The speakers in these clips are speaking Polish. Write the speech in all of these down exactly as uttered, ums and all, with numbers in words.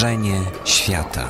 Stworzenie świata.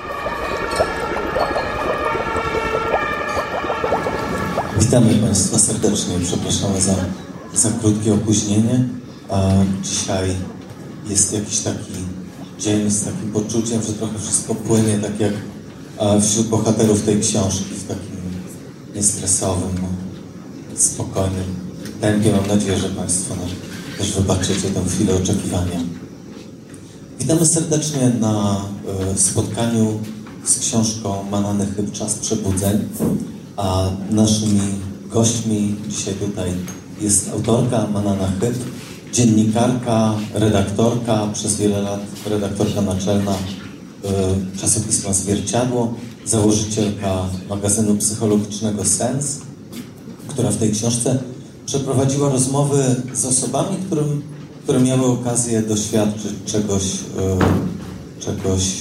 Witamy Państwa serdecznie. Przepraszamy za, za krótkie opóźnienie. A dzisiaj jest jakiś taki dzień z takim poczuciem, że trochę wszystko płynie tak jak a, wśród bohaterów tej książki, w takim niestresowym, spokojnym tempie. Mam nadzieję, że Państwo nam też wybaczycie tę chwilę oczekiwania. Witamy serdecznie na y, spotkaniu z książką Manany Chyb Czas Przebudzeń, a naszymi gośćmi dzisiaj tutaj jest autorka Manana Chyb, dziennikarka, redaktorka, przez wiele lat redaktorka naczelna y, czasopisma Zwierciadło, założycielka magazynu psychologicznego Sens, która w tej książce przeprowadziła rozmowy z osobami, którym, które miały okazję doświadczyć czegoś, y, czegoś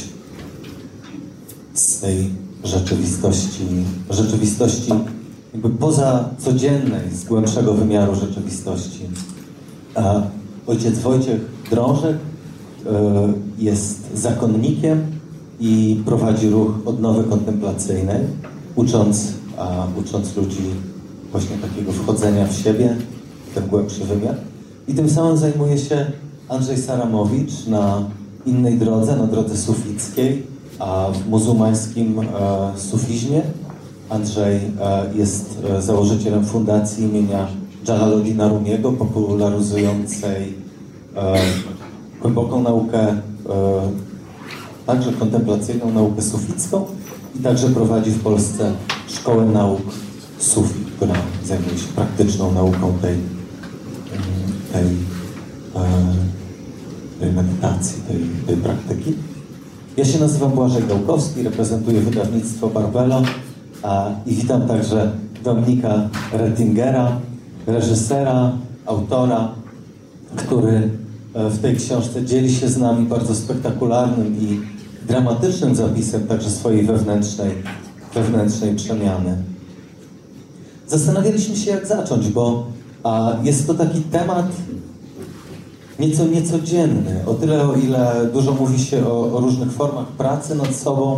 z tej rzeczywistości, rzeczywistości jakby poza codziennej, z głębszego wymiaru rzeczywistości. A ojciec Wojciech Drążek y, jest zakonnikiem i prowadzi ruch odnowy kontemplacyjnej, ucząc, a, ucząc ludzi właśnie takiego wchodzenia w siebie, w ten głębszy wymiar. I tym samym zajmuje się Andrzej Saramowicz na innej drodze, na drodze sufickiej, a w muzułmańskim e, sufizmie. Andrzej e, jest e, założycielem fundacji imienia Jalaluddina Rumiego, popularyzującej e, głęboką naukę, e, także kontemplacyjną naukę suficką, i także prowadzi w Polsce Szkołę Nauk Sufi, która zajmuje się praktyczną nauką tej, tej, e, tej medytacji, tej, tej praktyki. Ja się nazywam Błażej Gałkowski, reprezentuję wydawnictwo Barbelo a, i witam także Dominika Rettingera, reżysera, autora, który w tej książce dzieli się z nami bardzo spektakularnym i dramatycznym zapisem także swojej wewnętrznej, wewnętrznej przemiany. Zastanawialiśmy się, jak zacząć, bo a, jest to taki temat nieco niecodzienny. O tyle, o ile dużo mówi się o, o różnych formach pracy nad sobą,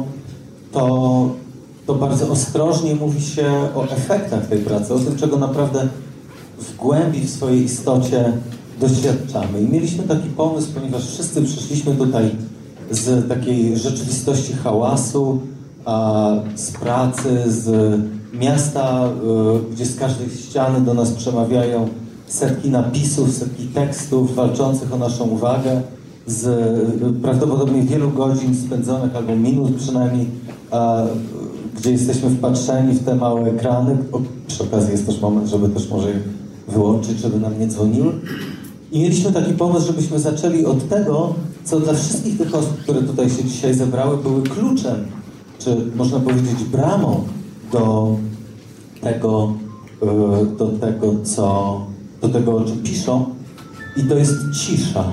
to, to bardzo ostrożnie mówi się o efektach tej pracy, o tym, czego naprawdę w głębi, w swojej istocie doświadczamy. I mieliśmy taki pomysł, ponieważ wszyscy przyszliśmy tutaj z takiej rzeczywistości hałasu, a, z pracy, z miasta, y, gdzie z każdej ściany do nas przemawiają setki napisów, setki tekstów walczących o naszą uwagę, z y, prawdopodobnie wielu godzin spędzonych, albo minut przynajmniej, a, gdzie jesteśmy wpatrzeni w te małe ekrany. O, przy okazji jest też moment, żeby też może je wyłączyć, żeby nam nie dzwoniły. I mieliśmy taki pomysł, żebyśmy zaczęli od tego, co dla wszystkich tych osób, które tutaj się dzisiaj zebrały, były kluczem, czy można powiedzieć bramą do tego, y, do tego, co do tego, o czym piszą, i to jest cisza.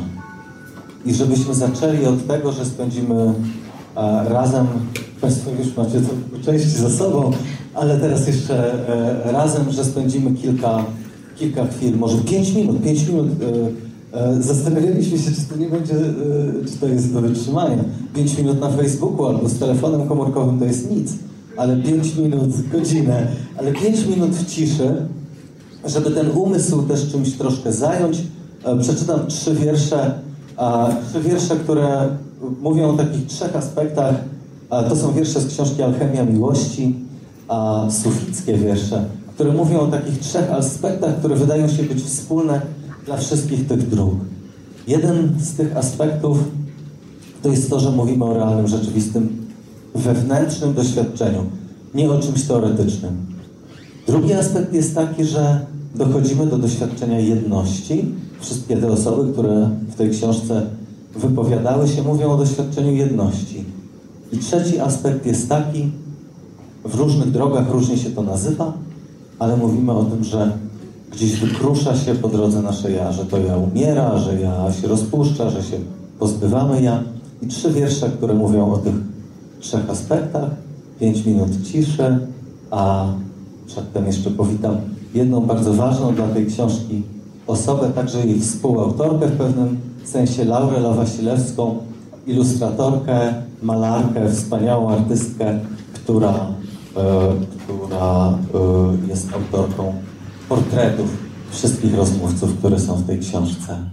I żebyśmy zaczęli od tego, że spędzimy a, razem, Państwo już macie to części za sobą, ale teraz jeszcze e, razem, że spędzimy kilka, kilka chwil, może pięć minut, pięć minut. E, e, zastanawialiśmy się, czy to nie będzie, e, czy to jest do wytrzymania. Pięć minut na Facebooku albo z telefonem komórkowym to jest nic, ale pięć minut, godzinę, ale pięć minut w ciszy, żeby ten umysł też czymś troszkę zająć. Przeczytam trzy wiersze, trzy wiersze, które mówią o takich trzech aspektach. To są wiersze z książki Alchemia Miłości, sufickie wiersze, które mówią o takich trzech aspektach, które wydają się być wspólne dla wszystkich tych dróg. Jeden z tych aspektów to jest to, że mówimy o realnym, rzeczywistym, wewnętrznym doświadczeniu, nie o czymś teoretycznym. Drugi aspekt jest taki, że dochodzimy do doświadczenia jedności. Wszystkie te osoby, które w tej książce wypowiadały się, mówią o doświadczeniu jedności. I trzeci aspekt jest taki, w różnych drogach różnie się to nazywa, ale mówimy o tym, że gdzieś wykrusza się po drodze nasze ja, że to ja umiera, że ja się rozpuszcza, że się pozbywamy ja. I trzy wiersze, które mówią o tych trzech aspektach. Pięć minut ciszy, a przedtem jeszcze powitam jedną bardzo ważną dla tej książki osobę, także jej współautorkę w pewnym sensie, Laurę Wasilewską, ilustratorkę, malarkę, wspaniałą artystkę, która, e, która e, jest autorką portretów wszystkich rozmówców, które są w tej książce.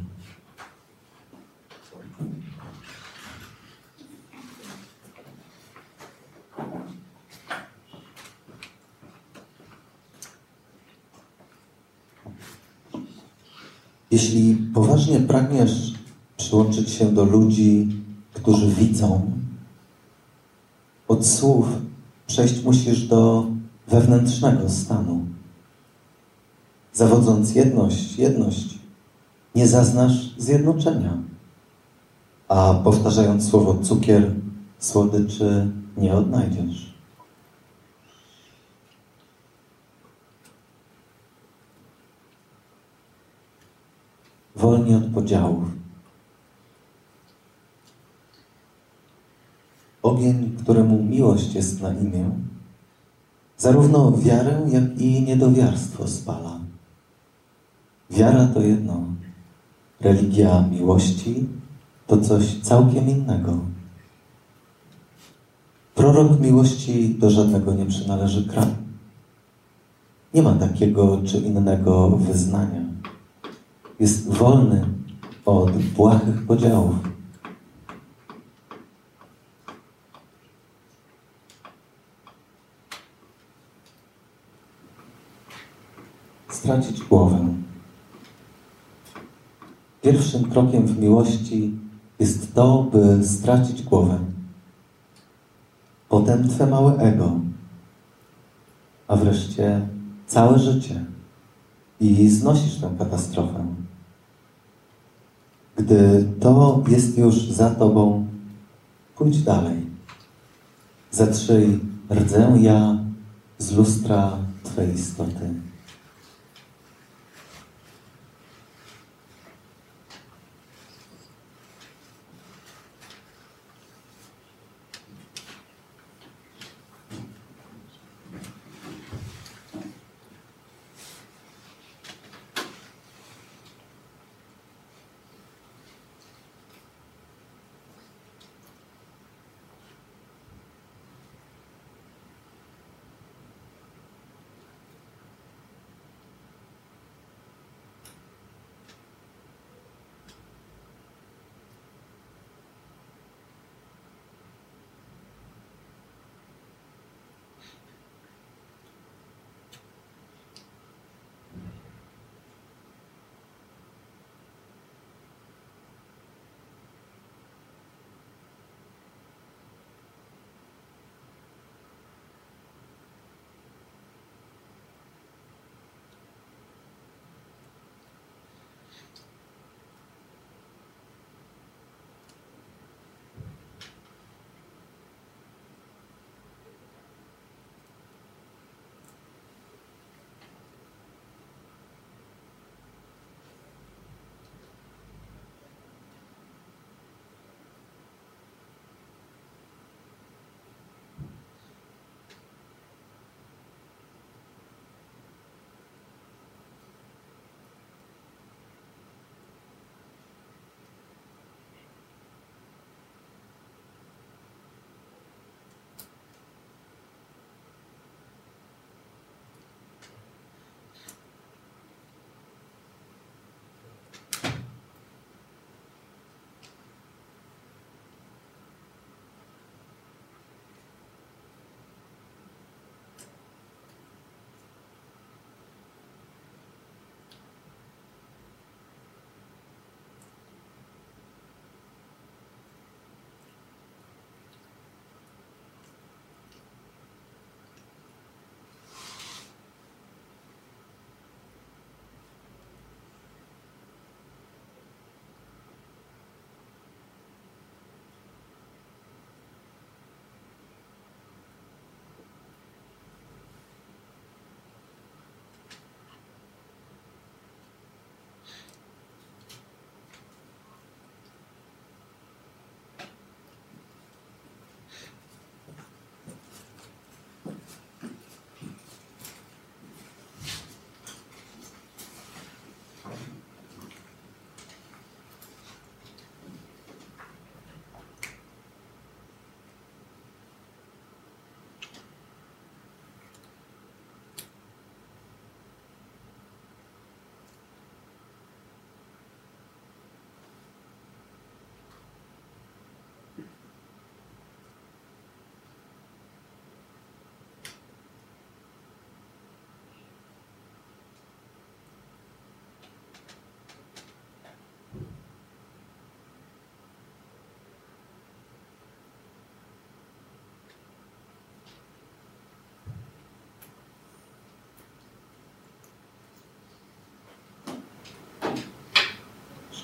Jeśli poważnie pragniesz przyłączyć się do ludzi, którzy widzą, od słów przejść musisz do wewnętrznego stanu. Zawodząc jedność, jedność, nie zaznasz zjednoczenia, a powtarzając słowo cukier, słodyczy nie odnajdziesz. Wolni od podziałów. Ogień, któremu miłość jest na imię, zarówno wiarę, jak i niedowiarstwo spala. Wiara to jedno, religia miłości to coś całkiem innego. Prorok miłości do żadnego nie przynależy kraju. Nie ma takiego czy innego wyznania. Jest wolny od błahych podziałów. Stracić głowę. Pierwszym krokiem w miłości jest to, by stracić głowę. Potem twe małe ego, a wreszcie całe życie i znosisz tę katastrofę. Gdy to jest już za tobą, pójdź dalej. Zatrzyj rdzę ja z lustra twej istoty.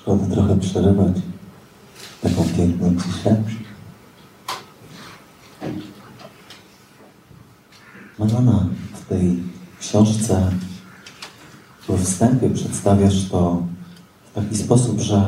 Szkoda trochę przerywać taką piękną ciszę. Manana, w tej książce we wstępie przedstawiasz to w taki sposób, że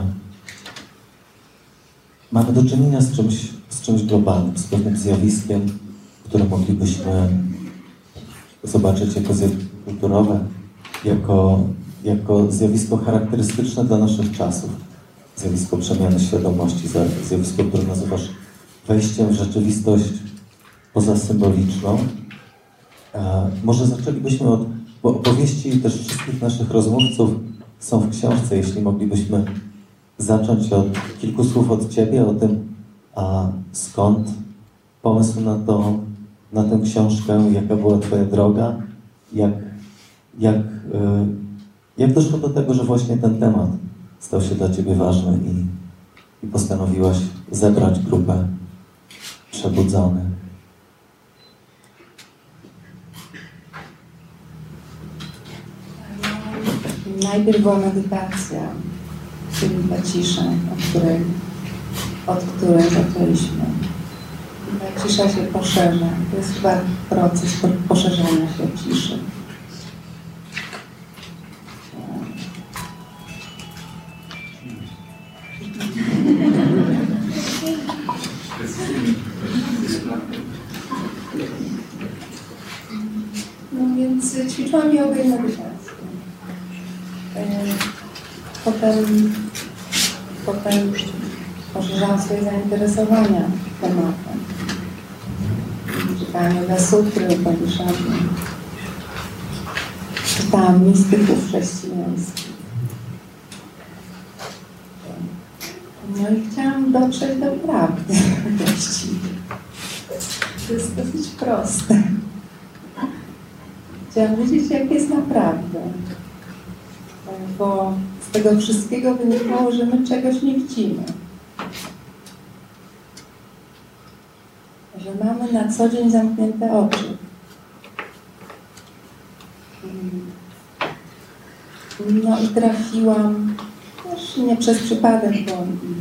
mamy do czynienia z czymś, z czymś globalnym, z pewnym zjawiskiem, które moglibyśmy zobaczyć jako zjawisko kulturowe, jako, jako zjawisko charakterystyczne dla naszych czasów. Zjawisko przemiany świadomości, zjawisko, które nazywasz wejściem w rzeczywistość pozasymboliczną. E, może zaczęlibyśmy od, bo opowieści też wszystkich naszych rozmówców są w książce, jeśli moglibyśmy zacząć od kilku słów od Ciebie, o tym, a skąd pomysł na to, na tę książkę, jaka była Twoja droga, jak, jak, yy, jak doszło do tego, że właśnie ten temat stał się dla Ciebie ważny i, i postanowiłaś zebrać grupę przebudzonych. Najpierw była medytacja, czyli ta cisza, od której, od której zaczęliśmy. Ta cisza się poszerza. To jest chyba proces poszerzania się ciszy. No więc ćwiczyłam jogę i medytację. Potem, potem poszerzałam swoje zainteresowania tematem. Czytałam Yoga Sutry, Upanishady. Czytałam mistyków chrześcijańskich. No i chciałam dotrzeć do prawdy właściwie. To jest dosyć proste. Chciałam wiedzieć, jak jest naprawdę. Bo z tego wszystkiego wynikało, że my czegoś nie widzimy. Że mamy na co dzień zamknięte oczy. No i trafiłam, też nie przez przypadek, bo,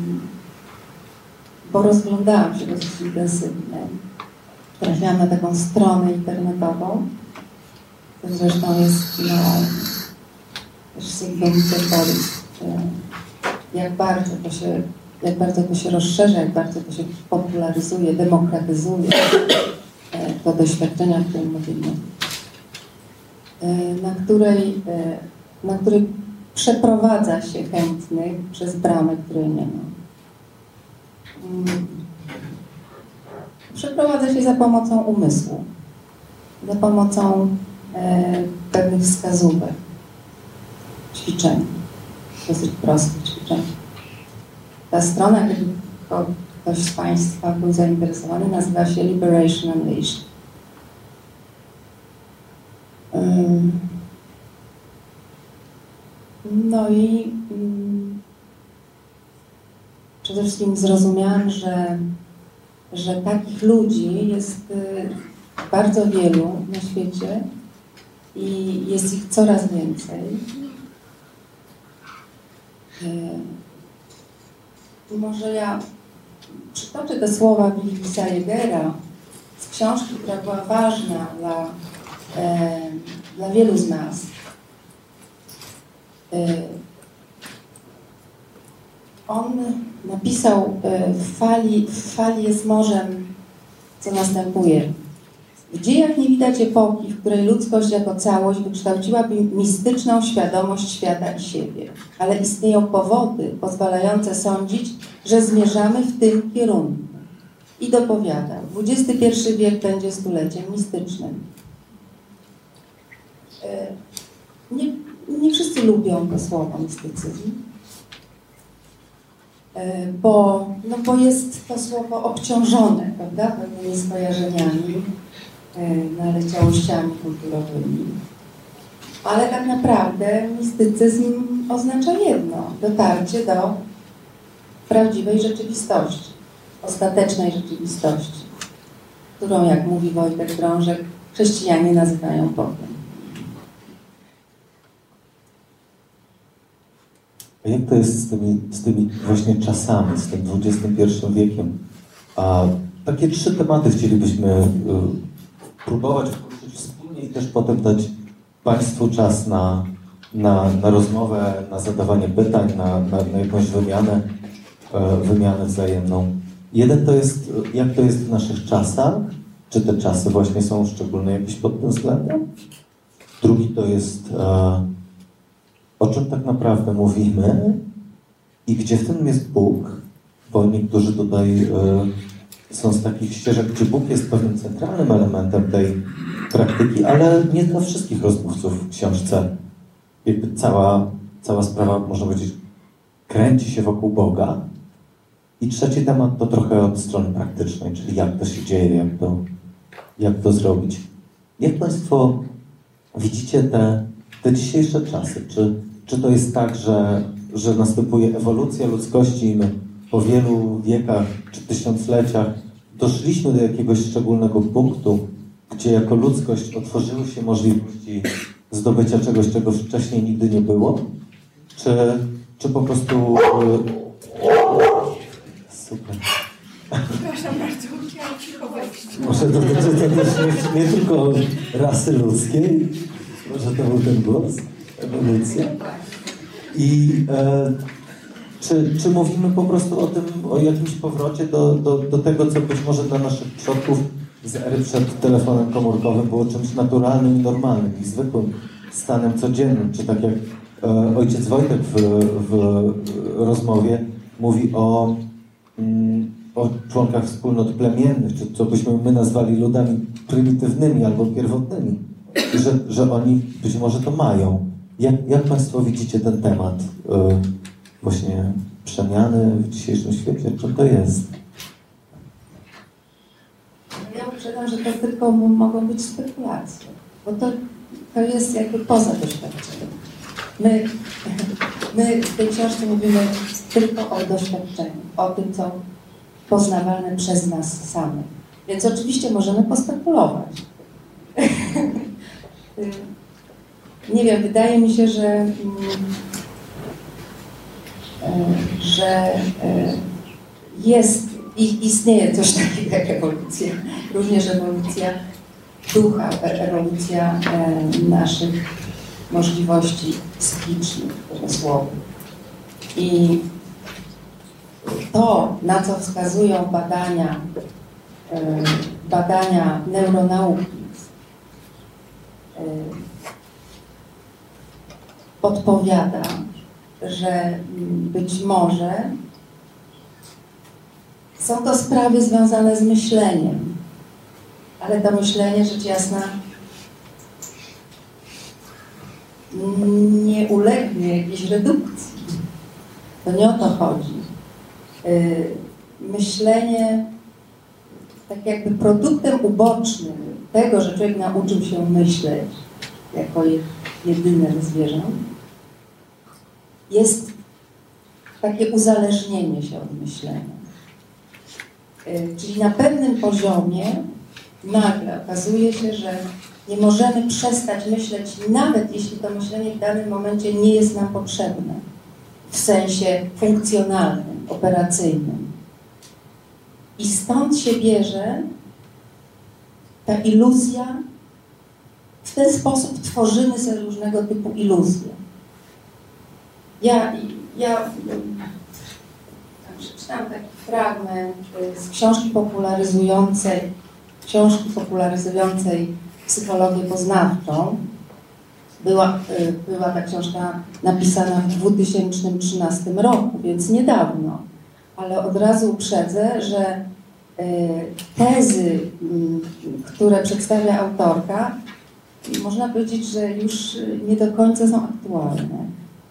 bo rozglądałam się dosyć intensywnie. Trafiłam na taką stronę internetową. To zresztą jest no, Sigmund-Polis. Jak bardzo to się, jak bardzo to się rozszerza, jak bardzo to się popularyzuje, demokratyzuje to doświadczenia, o którym mówimy, na której, na której przeprowadza się chętnych przez bramę, której nie ma. Przeprowadza się za pomocą umysłu, za pomocą e, pewnych wskazówek, ćwiczeń, dosyć prostych ćwiczeń. Ta strona, gdyby ktoś z Państwa był zainteresowany, nazywa się Liberation Unleashed. No i przede wszystkim zrozumiałam, że, że takich ludzi jest bardzo wielu na świecie i jest ich coraz więcej. Może ja przytoczę te słowa Willisa Jägera z książki, która była ważna dla, e, dla wielu z nas. E, on napisał e, w, fali, w fali jest morzem, co następuje. W dziejach nie widać epoki, w której ludzkość jako całość wykształciłaby mistyczną świadomość świata i siebie. Ale istnieją powody pozwalające sądzić, że zmierzamy w tym kierunku. I dopowiada, dwudziesty pierwszy wiek będzie stuleciem mistycznym. Nie, nie wszyscy lubią to słowo mistycyzm, bo, no bo jest to słowo obciążone, prawda, pewnymi skojarzeniami, naleciałościami kulturowymi. Ale tak naprawdę mistycyzm oznacza jedno, dotarcie do prawdziwej rzeczywistości, ostatecznej rzeczywistości, którą, jak mówi Wojtek Drążek, chrześcijanie nazywają Bogiem. A jak to jest z tymi, z tymi właśnie czasami, z tym dwudziestym pierwszym wiekiem? A takie trzy tematy chcielibyśmy y, próbować poruszyć wspólnie i też potem dać Państwu czas na, na, na rozmowę, na zadawanie pytań, na, na, na jakąś wymianę, y, wymianę wzajemną. Jeden to jest, jak to jest w naszych czasach, czy te czasy właśnie są szczególne jakieś pod tym względem? Drugi to jest, e, o czym tak naprawdę mówimy i gdzie w tym jest Bóg, bo niektórzy tutaj e, są z takich ścieżek, gdzie Bóg jest pewnym centralnym elementem tej praktyki, ale nie dla wszystkich rozmówców w książce. Jakby cała, cała sprawa, można powiedzieć, kręci się wokół Boga. I trzeci temat to trochę od strony praktycznej, czyli jak to się dzieje, jak to, jak to zrobić. Jak Państwo widzicie te, te dzisiejsze czasy? Czy, czy to jest tak, że, że następuje ewolucja ludzkości i my po wielu wiekach czy tysiącleciach doszliśmy do jakiegoś szczególnego punktu, gdzie jako ludzkość otworzyły się możliwości zdobycia czegoś, czego wcześniej nigdy nie było? Czy, czy po prostu... Super. Przepraszam bardzo, chciałam cicho wejść. Może dotyczy to też nie, nie tylko rasy ludzkiej, może to był ten głos, ewolucja. I e, czy, czy mówimy po prostu o tym, o jakimś powrocie do, do, do tego, co być może dla naszych przodków z ery przed telefonem komórkowym było czymś naturalnym i normalnym i zwykłym stanem codziennym, czy tak jak e, ojciec Wojtek w, w rozmowie mówi o o członkach wspólnot plemiennych, czy co byśmy my nazwali ludami prymitywnymi albo pierwotnymi, i że, że oni być może to mają. Jak, jak Państwo widzicie ten temat y, właśnie przemiany w dzisiejszym świecie? Co to jest? Ja uprzedzam, że to tylko mogą być spekulacje, bo to, to jest jakby poza doświadczeniem. My, my w tej książce mówimy tylko o doświadczeniu, o tym, co poznawalne przez nas samych. Więc oczywiście możemy pospekulować. Nie wiem, wydaje mi się, że, że jest i istnieje coś takiego jak ewolucja. Również ewolucja ducha, ewolucja naszych możliwości psychicznych, umysłowych. I to, na co wskazują badania, badania neuronauki, podpowiada, że być może są to sprawy związane z myśleniem, ale to myślenie, rzecz jasna, nie ulegnie jakiejś redukcji. To nie o to chodzi. Myślenie tak jakby produktem ubocznym tego, że człowiek nauczył się myśleć jako jedyne zwierzę, jest takie uzależnienie się od myślenia. Czyli na pewnym poziomie nagle okazuje się, że nie możemy przestać myśleć, nawet jeśli to myślenie w danym momencie nie jest nam potrzebne w sensie funkcjonalnym, operacyjnym. I stąd się bierze ta iluzja. W ten sposób tworzymy sobie różnego typu iluzje. Ja, ja przeczytałam taki fragment z książki popularyzującej, książki popularyzującej psychologię poznawczą. Była, była ta książka napisana w dwa tysiące trzynastym roku, więc niedawno. Ale od razu uprzedzę, że tezy, które przedstawia autorka, można powiedzieć, że już nie do końca są aktualne.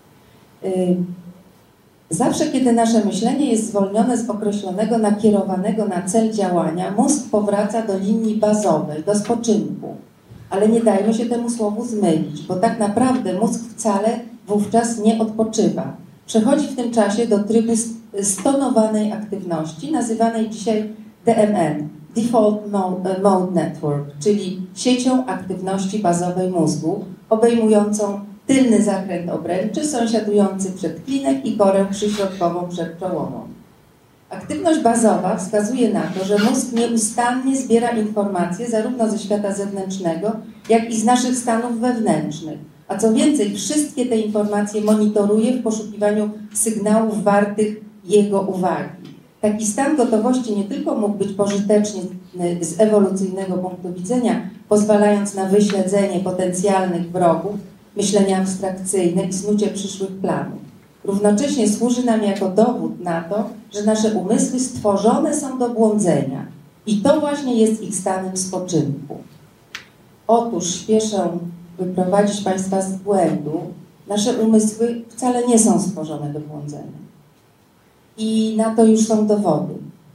Zawsze, kiedy nasze myślenie jest zwolnione z określonego, nakierowanego na cel działania, mózg powraca do linii bazowej, do spoczynku. Ale nie dajmy się temu słowu zmylić, bo tak naprawdę mózg wcale wówczas nie odpoczywa. Przechodzi w tym czasie do trybu stonowanej aktywności, nazywanej dzisiaj D M N, Default Mode Network, czyli siecią aktywności bazowej mózgu, obejmującą tylny zakręt obręczy sąsiadujący przed klinek i korę przyśrodkową przedczołową. Aktywność bazowa wskazuje na to, że mózg nieustannie zbiera informacje zarówno ze świata zewnętrznego, jak i z naszych stanów wewnętrznych. A co więcej, wszystkie te informacje monitoruje w poszukiwaniu sygnałów wartych jego uwagi. Taki stan gotowości nie tylko mógł być pożyteczny z ewolucyjnego punktu widzenia, pozwalając na wyśledzenie potencjalnych wrogów, myślenie abstrakcyjne i snucie przyszłych planów. Równocześnie służy nam jako dowód na to, że nasze umysły stworzone są do błądzenia i to właśnie jest ich stanem spoczynku. Otóż śpieszę wyprowadzić Państwa z błędu. Nasze umysły wcale nie są stworzone do błądzenia. I na to już są dowody.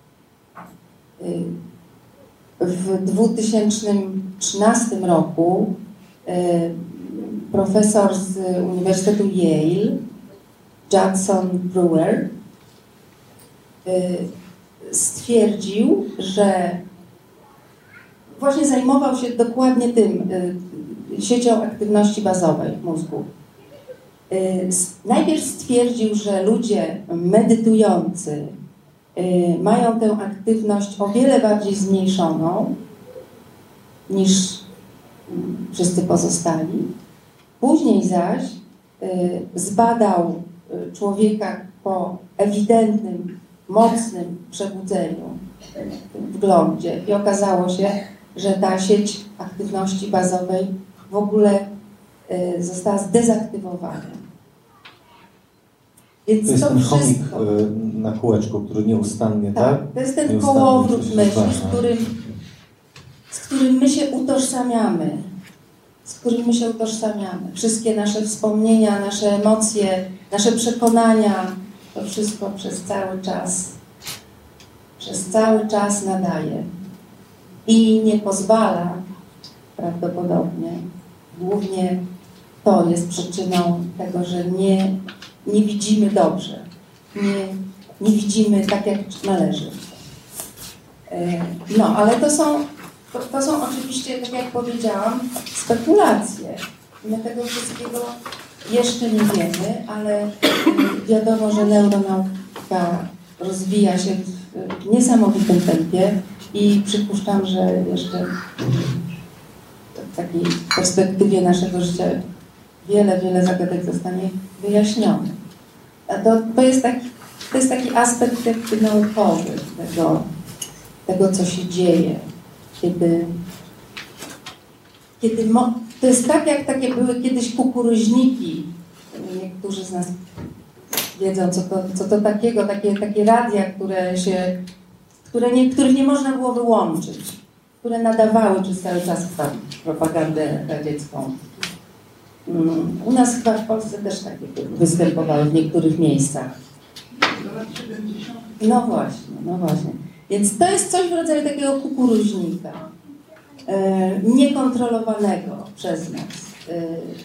W dwa tysiące trzynastym roku profesor z Uniwersytetu Yale, Judson Brewer, stwierdził, że właśnie zajmował się dokładnie tym, siecią aktywności bazowej mózgu. Najpierw stwierdził, że ludzie medytujący mają tę aktywność o wiele bardziej zmniejszoną niż wszyscy pozostali. Później zaś zbadał człowieka po ewidentnym, mocnym przebudzeniu w wglądzie i okazało się, że ta sieć aktywności bazowej w ogóle została zdezaktywowana. Więc to jest to ten chomik wszystko, na kółeczku, który nieustannie, tak? tak? To jest ten Nieustannie kołowrót coś myśli, ważne. z którym, z którym my się utożsamiamy. Z którym my się utożsamiamy. Wszystkie nasze wspomnienia, nasze emocje, nasze przekonania, to wszystko przez cały czas, przez cały czas nadaje. I nie pozwala prawdopodobnie, głównie to jest przyczyną tego, że nie, nie widzimy dobrze, nie, nie widzimy tak, jak należy. No, ale to są, to, to są oczywiście, tak jak powiedziałam, spekulacje. My tego wszystkiego jeszcze nie wiemy, ale wiadomo, że neuronauka rozwija się w niesamowitym tempie i przypuszczam, że jeszcze w takiej perspektywie naszego życia wiele, wiele zagadek zostanie wyjaśnionych. A to, to, jest taki, to jest taki aspekt jakby naukowy tego, tego, co się dzieje, kiedy, kiedy mo, to jest tak, jak takie były kiedyś kukuryźniki. Niektórzy z nas wiedzą, co to, co to takiego, takie, takie radia, które się, które nie, których nie można było wyłączyć, które nadawały przez cały czas propagandę radziecką. U nas chyba w Polsce też takie występowały w niektórych miejscach. No właśnie, no właśnie. Więc to jest coś w rodzaju takiego kukuryźnika, e, niekontrolowanego przez nas, e,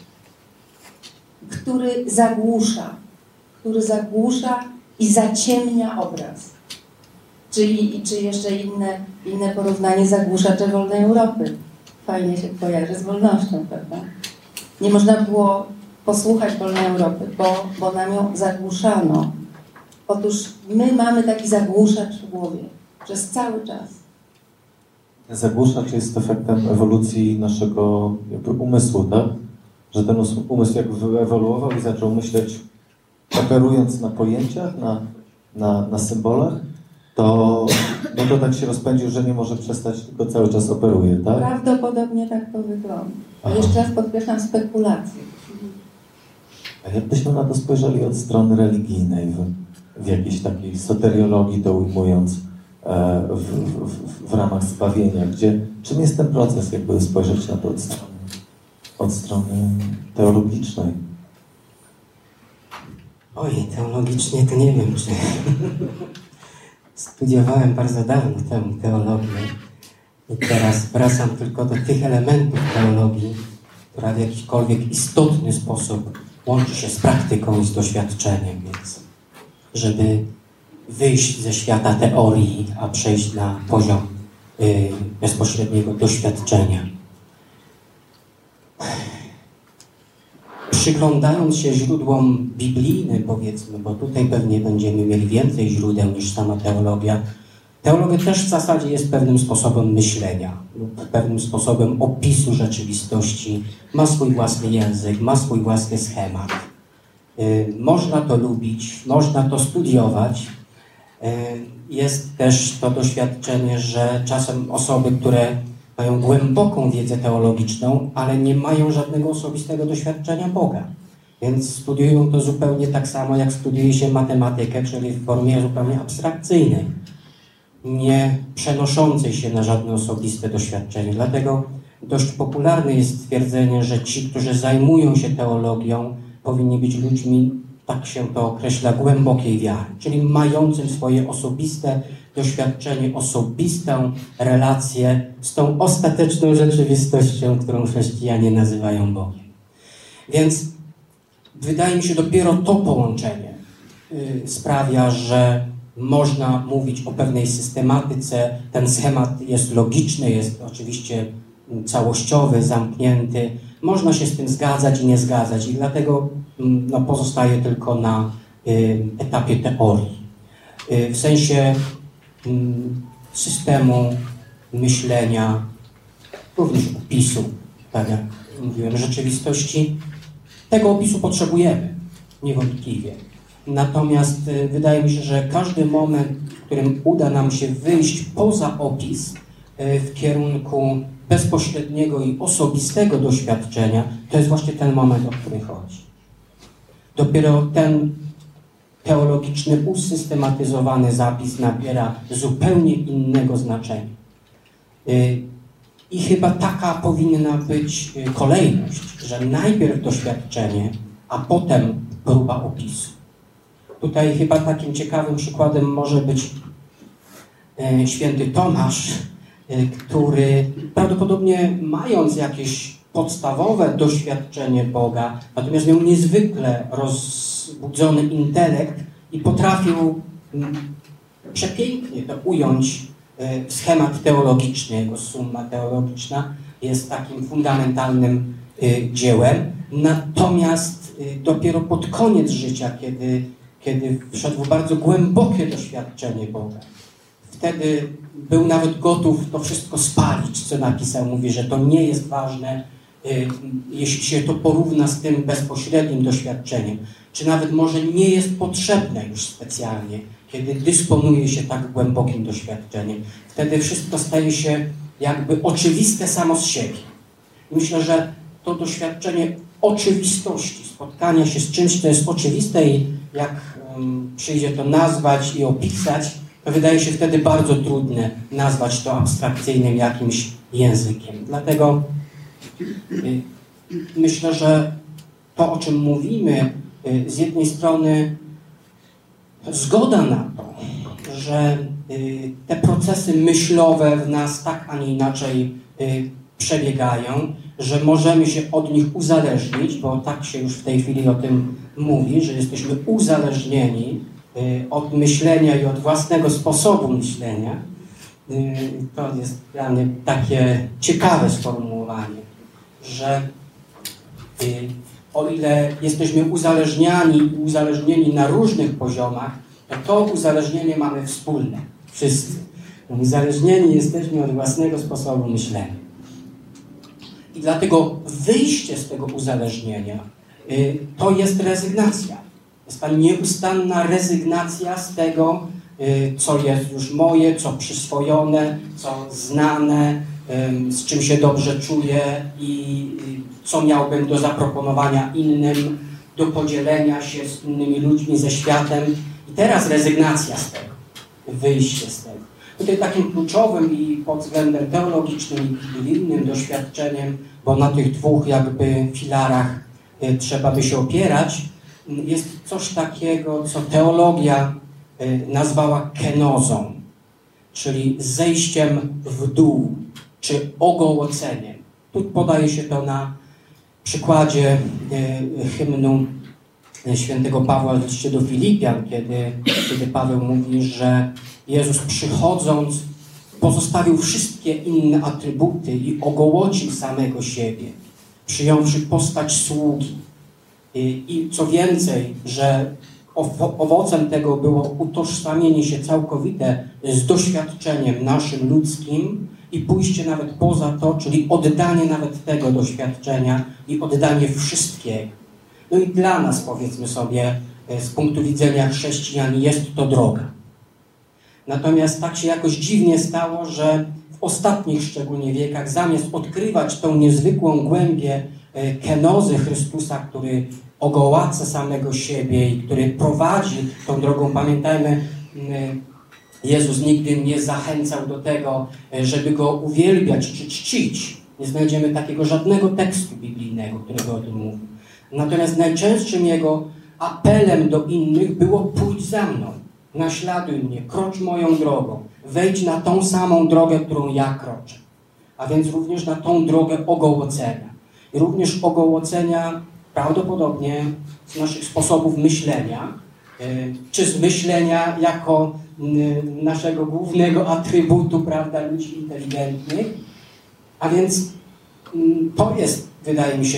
który zagłusza, który zagłusza i zaciemnia obraz. Czyli, czy jeszcze inne, inne porównanie, zagłuszacze wolnej Europy. Fajnie się kojarzy z wolnością, prawda? Nie można było posłuchać wolnej Europy, bo, bo nam ją zagłuszano. Otóż my mamy taki zagłuszacz w głowie przez cały czas. Zagłuszacz jest efektem ewolucji naszego jakby umysłu, tak? Że ten umysł jak wyewoluował i zaczął myśleć, operując na pojęciach, na, na, na symbolach, to, no to tak się rozpędził, że nie może przestać, tylko cały czas operuje, tak? Prawdopodobnie tak to wygląda. Aha. Jeszcze raz podkreślam spekulacje. A jakbyśmy na to spojrzeli od strony religijnej, w, w jakiejś takiej soteriologii to ujmując, e, w, w, w ramach zbawienia, gdzie, czym jest ten proces, jakby spojrzeć na to od strony, od strony teologicznej? Ojej, teologicznie to nie wiem, czy... Studiowałem bardzo dawno temu teologię i teraz wracam tylko do tych elementów teologii, która w jakikolwiek istotny sposób łączy się z praktyką i z doświadczeniem, więc żeby wyjść ze świata teorii, a przejść na poziom y, bezpośredniego doświadczenia. przyglądając się źródłom biblijnym, powiedzmy, bo tutaj pewnie będziemy mieli więcej źródeł niż sama teologia, teologia też w zasadzie jest pewnym sposobem myślenia lub pewnym sposobem opisu rzeczywistości. Ma swój własny język, ma swój własny schemat. Yy, można to lubić, można to studiować. Yy, jest też to doświadczenie, że czasem osoby, które mają głęboką wiedzę teologiczną, ale nie mają żadnego osobistego doświadczenia Boga. Więc studiują to zupełnie tak samo, jak studiuje się matematykę, czyli w formie zupełnie abstrakcyjnej, nie przenoszącej się na żadne osobiste doświadczenie. Dlatego dość popularne jest stwierdzenie, że ci, którzy zajmują się teologią, powinni być ludźmi, tak się to określa, głębokiej wiary, czyli mającym swoje osobiste doświadczenie, osobistą relację z tą ostateczną rzeczywistością, którą chrześcijanie nazywają Bogiem. Więc wydaje mi się, dopiero to połączenie yy, sprawia, że można mówić o pewnej systematyce. Ten schemat jest logiczny, jest oczywiście całościowy, zamknięty. Można się z tym zgadzać i nie zgadzać i dlatego no, pozostaje tylko na y, etapie teorii. Y, w sensie y, systemu myślenia, również opisu, tak jak mówiłem, rzeczywistości. Tego opisu potrzebujemy, niewątpliwie. Natomiast y, wydaje mi się, że każdy moment, w którym uda nam się wyjść poza opis y, w kierunku bezpośredniego i osobistego doświadczenia, to jest właśnie ten moment, o który chodzi. Dopiero ten teologiczny, usystematyzowany zapis nabiera zupełnie innego znaczenia. Y, I chyba taka powinna być kolejność, że najpierw doświadczenie, a potem próba opisu. Tutaj chyba takim ciekawym przykładem może być e, święty Tomasz, e, który prawdopodobnie mając jakieś podstawowe doświadczenie Boga, natomiast miał niezwykle rozbudzony intelekt i potrafił m, przepięknie to ująć e, w schemat teologiczny. Jego Summa Teologiczna jest takim fundamentalnym e, dziełem. Natomiast e, dopiero pod koniec życia, kiedy kiedy wszedł w bardzo głębokie doświadczenie Boga. Wtedy był nawet gotów to wszystko spalić, co napisał. Mówi, że to nie jest ważne, y, jeśli się to porówna z tym bezpośrednim doświadczeniem. Czy nawet może nie jest potrzebne już specjalnie, kiedy dysponuje się tak głębokim doświadczeniem. Wtedy wszystko staje się jakby oczywiste samo z siebie. I myślę, że to doświadczenie oczywistości, spotkania się z czymś, co jest oczywiste i jak um, przyjdzie to nazwać i opisać, to wydaje się wtedy bardzo trudne nazwać to abstrakcyjnym jakimś językiem. Dlatego y, myślę, że to, o czym mówimy, y, z jednej strony zgoda na to, że y, te procesy myślowe w nas tak, a nie inaczej y, przebiegają, że możemy się od nich uzależnić, bo tak się już w tej chwili o tym mówi, że jesteśmy uzależnieni y, od myślenia i od własnego sposobu myślenia. Y, to jest dla mnie takie ciekawe sformułowanie, że y, o ile jesteśmy uzależniani i uzależnieni na różnych poziomach, to to uzależnienie mamy wspólne. Wszyscy. Uzależnieni jesteśmy od własnego sposobu myślenia. I dlatego wyjście z tego uzależnienia y, to jest rezygnacja. Jest ta nieustanna rezygnacja z tego, y, co jest już moje, co przyswojone, co znane, y, z czym się dobrze czuję i y, co miałbym do zaproponowania innym, do podzielenia się z innymi ludźmi, ze światem. I teraz rezygnacja z tego, wyjście z tego. Tutaj takim kluczowym i pod względem teologicznym i biblijnym doświadczeniem, bo na tych dwóch jakby filarach y, trzeba by się opierać, y, jest coś takiego, co teologia y, nazwała kenozą, czyli zejściem w dół, czy ogołoceniem. Tu podaje się to na przykładzie y, hymnu świętego Pawła w liście do Filipian, kiedy, kiedy Paweł mówi, że Jezus przychodząc pozostawił wszystkie inne atrybuty i ogołocił samego siebie, przyjąwszy postać sługi. I, i co więcej, że owo- owocem tego było utożsamienie się całkowite z doświadczeniem naszym ludzkim i pójście nawet poza to, czyli oddanie nawet tego doświadczenia i oddanie wszystkiego. No i dla nas, powiedzmy sobie, z punktu widzenia chrześcijan jest to droga. Natomiast tak się jakoś dziwnie stało, że w ostatnich szczególnie wiekach, zamiast odkrywać tą niezwykłą głębię kenozy Chrystusa, który ogołaca samego siebie i który prowadzi tą drogą, pamiętajmy, Jezus nigdy nie zachęcał do tego, żeby Go uwielbiać czy czcić. Nie znajdziemy takiego żadnego tekstu biblijnego, którego o tym mówi. Natomiast najczęstszym Jego apelem do innych było: pójdź za mną, naśladuj mnie, krocz moją drogą, wejdź na tą samą drogę, którą ja kroczę. A więc również na tą drogę ogołocenia. I również ogołocenia prawdopodobnie z naszych sposobów myślenia, czy z myślenia jako naszego głównego atrybutu, prawda, ludzi inteligentnych. A więc to jest, wydaje mi się,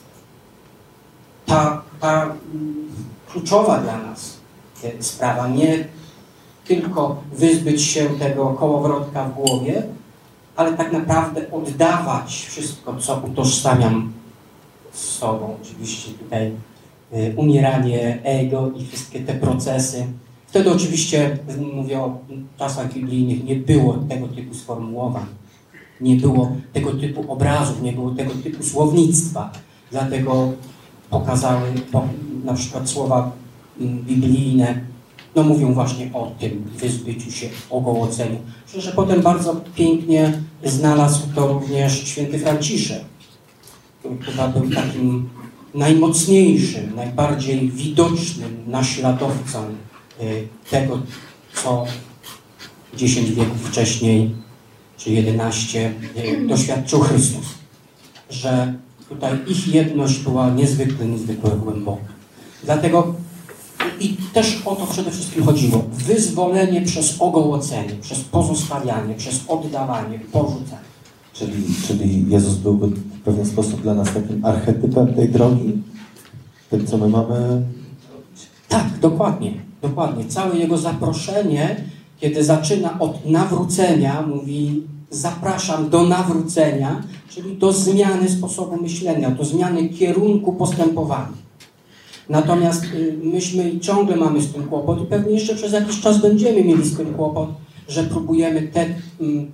ta, ta kluczowa dla nas sprawa. Nie tylko wyzbyć się tego kołowrotka w głowie, ale tak naprawdę oddawać wszystko, co utożsamiam z sobą. Oczywiście tutaj y, umieranie ego i wszystkie te procesy. Wtedy oczywiście, mówię o czasach biblijnych, nie było tego typu sformułowań, nie było tego typu obrazów, nie było tego typu słownictwa. Dlatego pokazały po, na przykład słowa biblijne, no mówią właśnie o tym wyzbyciu się, ogołoceniu. Myślę, że potem bardzo pięknie znalazł to również święty Franciszek, który chyba był takim najmocniejszym, najbardziej widocznym naśladowcą tego, co dziesięć wieków wcześniej, czy jedenaście, doświadczył Chrystus. Że tutaj ich jedność była niezwykle, niezwykle głęboka. Dlatego i też o to przede wszystkim chodziło. Wyzwolenie przez ogołocenie, przez pozostawianie, przez oddawanie, porzucanie. Czyli, czyli Jezus byłby w pewien sposób dla nas takim archetypem tej drogi? Tym, co my mamy? Tak, dokładnie. Dokładnie. Całe Jego zaproszenie, kiedy zaczyna od nawrócenia, mówi: zapraszam do nawrócenia, czyli do zmiany sposobu myślenia, do zmiany kierunku postępowania. Natomiast y, myśmy ciągle mamy z tym kłopot i pewnie jeszcze przez jakiś czas będziemy mieli z tym kłopot, że próbujemy te y,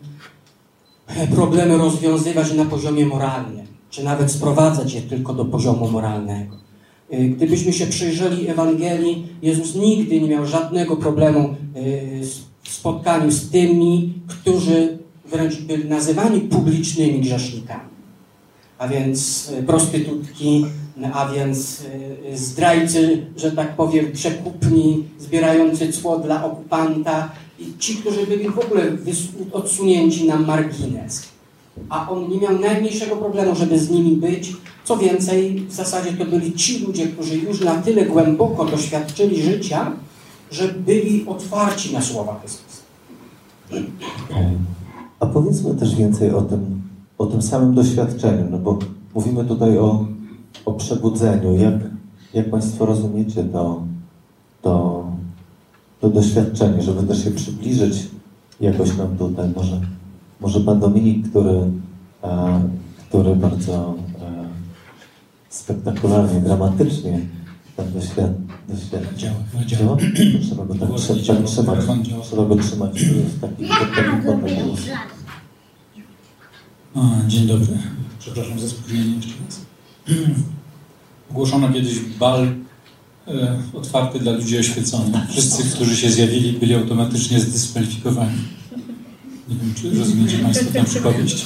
problemy rozwiązywać na poziomie moralnym, czy nawet sprowadzać je tylko do poziomu moralnego. Y, gdybyśmy się przyjrzeli Ewangelii, Jezus nigdy nie miał żadnego problemu y, w spotkaniu z tymi, którzy wręcz byli nazywani publicznymi grzesznikami. A więc y, prostytutki, a więc y, zdrajcy, że tak powiem, przekupni, zbierający cło dla okupanta i ci, którzy byli w ogóle odsunięci na margines. A on nie miał najmniejszego problemu, żeby z nimi być. Co więcej, w zasadzie to byli ci ludzie, którzy już na tyle głęboko doświadczyli życia, że byli otwarci na słowa Chrystusa. A powiedzmy też więcej o tym, o tym samym doświadczeniu, no bo mówimy tutaj o, o przebudzeniu. Jak, jak Państwo rozumiecie to, to, to doświadczenie, żeby też się przybliżyć jakoś nam tutaj? Może, może Pan Dominik, który, e, który bardzo e, spektakularnie, dramatycznie tam doświad, doświadczył. Działa, działa. Trzeba go tak, trze, tak trzymać. Trzeba go trzymać w takim takim Dzień dobry. Przepraszam za spóźnienie jeszcze raz. Ogłoszono kiedyś bal e, otwarty dla ludzi oświeconych. Wszyscy, którzy się zjawili, byli automatycznie zdyskwalifikowani. Nie wiem, czy rozumiecie Państwo tę przypowieść.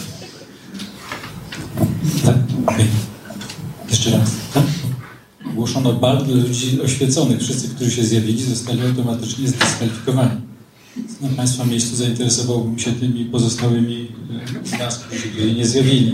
Tak? Okay. Jeszcze raz. Tak? Ogłoszono bal dla ludzi oświeconych. Wszyscy, którzy się zjawili, zostali automatycznie zdyskwalifikowani. Na Państwa miejscu zainteresowałbym się tymi pozostałymi z nas, którzy się nie zjawili.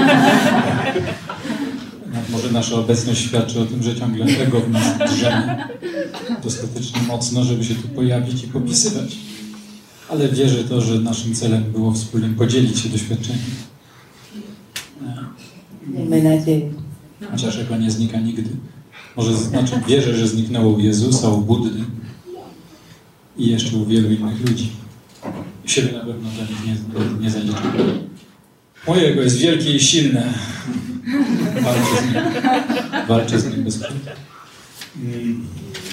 Może nasza obecność świadczy o tym, że ciągle ego w nas drzemie dostatecznie mocno, żeby się tu pojawić i popisywać. Ale wierzę to, że naszym celem było wspólnie podzielić się doświadczeniem. Miejmy nadzieję. Chociaż ego nie znika nigdy. Może znaczy wierzę, że zniknęło u Jezusa, u Buddy i jeszcze u wielu innych ludzi. Siebie na pewno dla nich nie, nie, nie zaliczam. Moje ego jest wielkie i silne. Walczę z nim. Walczę z nim bez krwi. Hmm.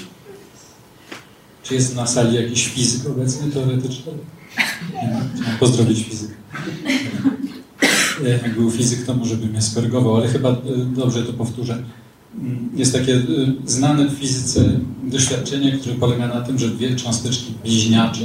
Czy jest na sali jakiś fizyk obecny teoretyczny? Chciałem pozdrowić fizyka. Jak był fizyk, to może by mnie skorygował, ale chyba dobrze to powtórzę. Jest takie znane w fizyce doświadczenie, które polega na tym, że dwie cząsteczki bliźniacze,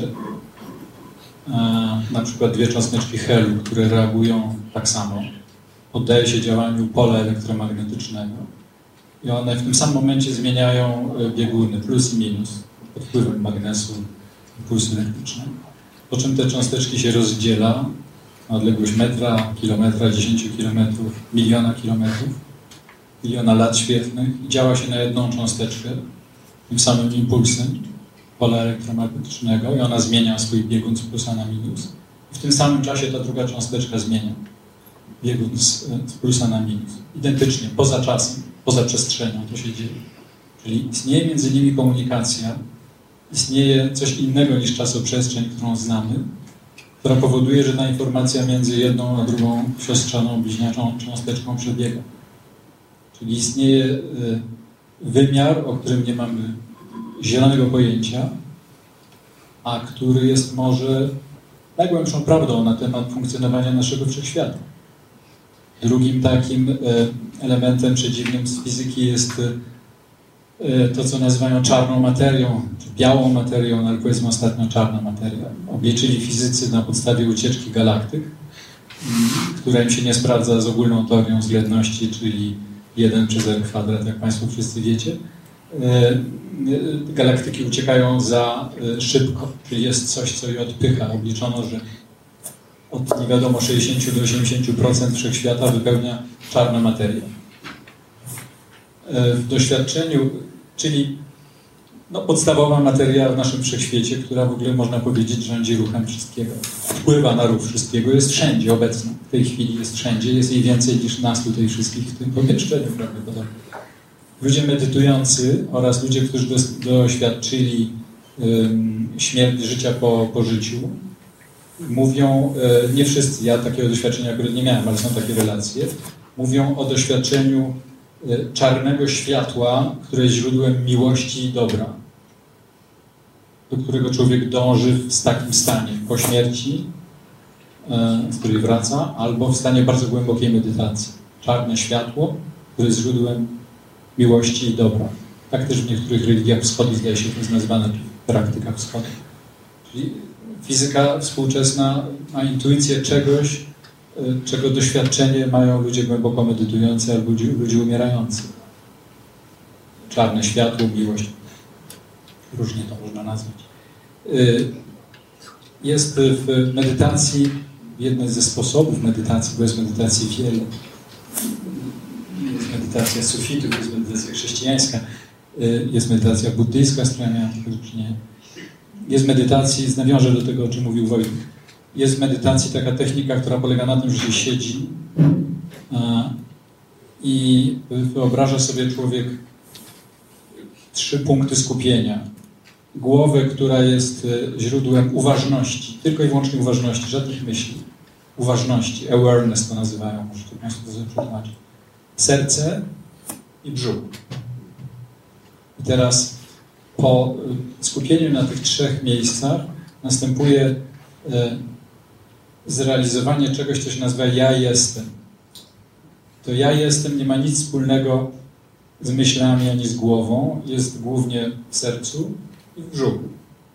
na przykład dwie cząsteczki helu, które reagują tak samo, poddaje się działaniu pola elektromagnetycznego i one w tym samym momencie zmieniają bieguny, plus i minus, pod wpływem magnesu, impulsu elektrycznego. Po czym te cząsteczki się rozdziela na odległość metra, kilometra, dziesięciu kilometrów, miliona kilometrów, miliona lat świetlnych i działa się na jedną cząsteczkę tym samym impulsem pola elektromagnetycznego i ona zmienia swój biegun z plusa na minus. I w tym samym czasie ta druga cząsteczka zmienia biegun z, z plusa na minus. Identycznie, poza czasem, poza przestrzenią to się dzieje. Czyli istnieje między nimi komunikacja, istnieje coś innego niż czasoprzestrzeń, którą znamy, która powoduje, że ta informacja między jedną a drugą siostrzaną, bliźniaczą cząsteczką przebiega. Czyli istnieje wymiar, o którym nie mamy zielonego pojęcia, a który jest może najgłębszą prawdą na temat funkcjonowania naszego wszechświata. Drugim takim elementem przedziwnym z fizyki jest to, co nazywają czarną materią, czy białą materią, ale powiedzmy ostatnio czarna materia. Obliczyli fizycy na podstawie ucieczki galaktyk, która im się nie sprawdza z ogólną teorią względności, czyli jeden przez r kwadrat, jak Państwo wszyscy wiecie. Galaktyki uciekają za szybko, czyli jest coś, co je odpycha. Obliczono, że od nie wiadomo sześćdziesiąt do osiemdziesięciu procent wszechświata wypełnia czarna materia. W doświadczeniu, czyli no, podstawowa materia w naszym wszechświecie, która w ogóle można powiedzieć rządzi ruchem wszystkiego, wpływa na ruch wszystkiego, jest wszędzie obecna. W tej chwili jest wszędzie, jest jej więcej niż nas tutaj wszystkich w tym pomieszczeniu prawdopodobnie. Ludzie medytujący oraz ludzie, którzy dos, doświadczyli um, śmierci, życia po, po życiu, mówią, e, nie wszyscy, ja takiego doświadczenia akurat nie miałem, ale są takie relacje, mówią o doświadczeniu e, czarnego światła, które jest źródłem miłości i dobra, do którego człowiek dąży w takim stanie, po śmierci, e, z której wraca, albo w stanie bardzo głębokiej medytacji. Czarne światło, które jest źródłem miłości i dobra. Tak też w niektórych religiach wschodnich, zdaje się, to jest nazywane praktyka wschodnia. Czyli fizyka współczesna ma intuicję czegoś, czego doświadczenie mają ludzie głęboko medytujący albo ludzie, ludzie umierający. Czarne światło, miłość. Różnie to można nazwać. Jest w medytacji, jeden ze sposobów medytacji, bo jest medytacji wiele. Jest medytacja sufitów, jest medytacja chrześcijańska, jest medytacja buddyjska, z którą miałem do czynienia. Jest medytacji, nawiążę do tego, o czym mówił Wojtek, jest w medytacji taka technika, która polega na tym, że się siedzi a, i wyobraża sobie człowiek trzy punkty skupienia. Głowę, która jest źródłem uważności, tylko i wyłącznie uważności, żadnych myśli. Uważności, awareness to nazywają, możecie Państwo to sobie przetłumaczyć. Serce i brzuch. I teraz po skupieniu na tych trzech miejscach następuje zrealizowanie czegoś, co się nazywa ja jestem. To ja jestem nie ma nic wspólnego z myślami ani z głową, jest głównie w sercu i w brzuchu.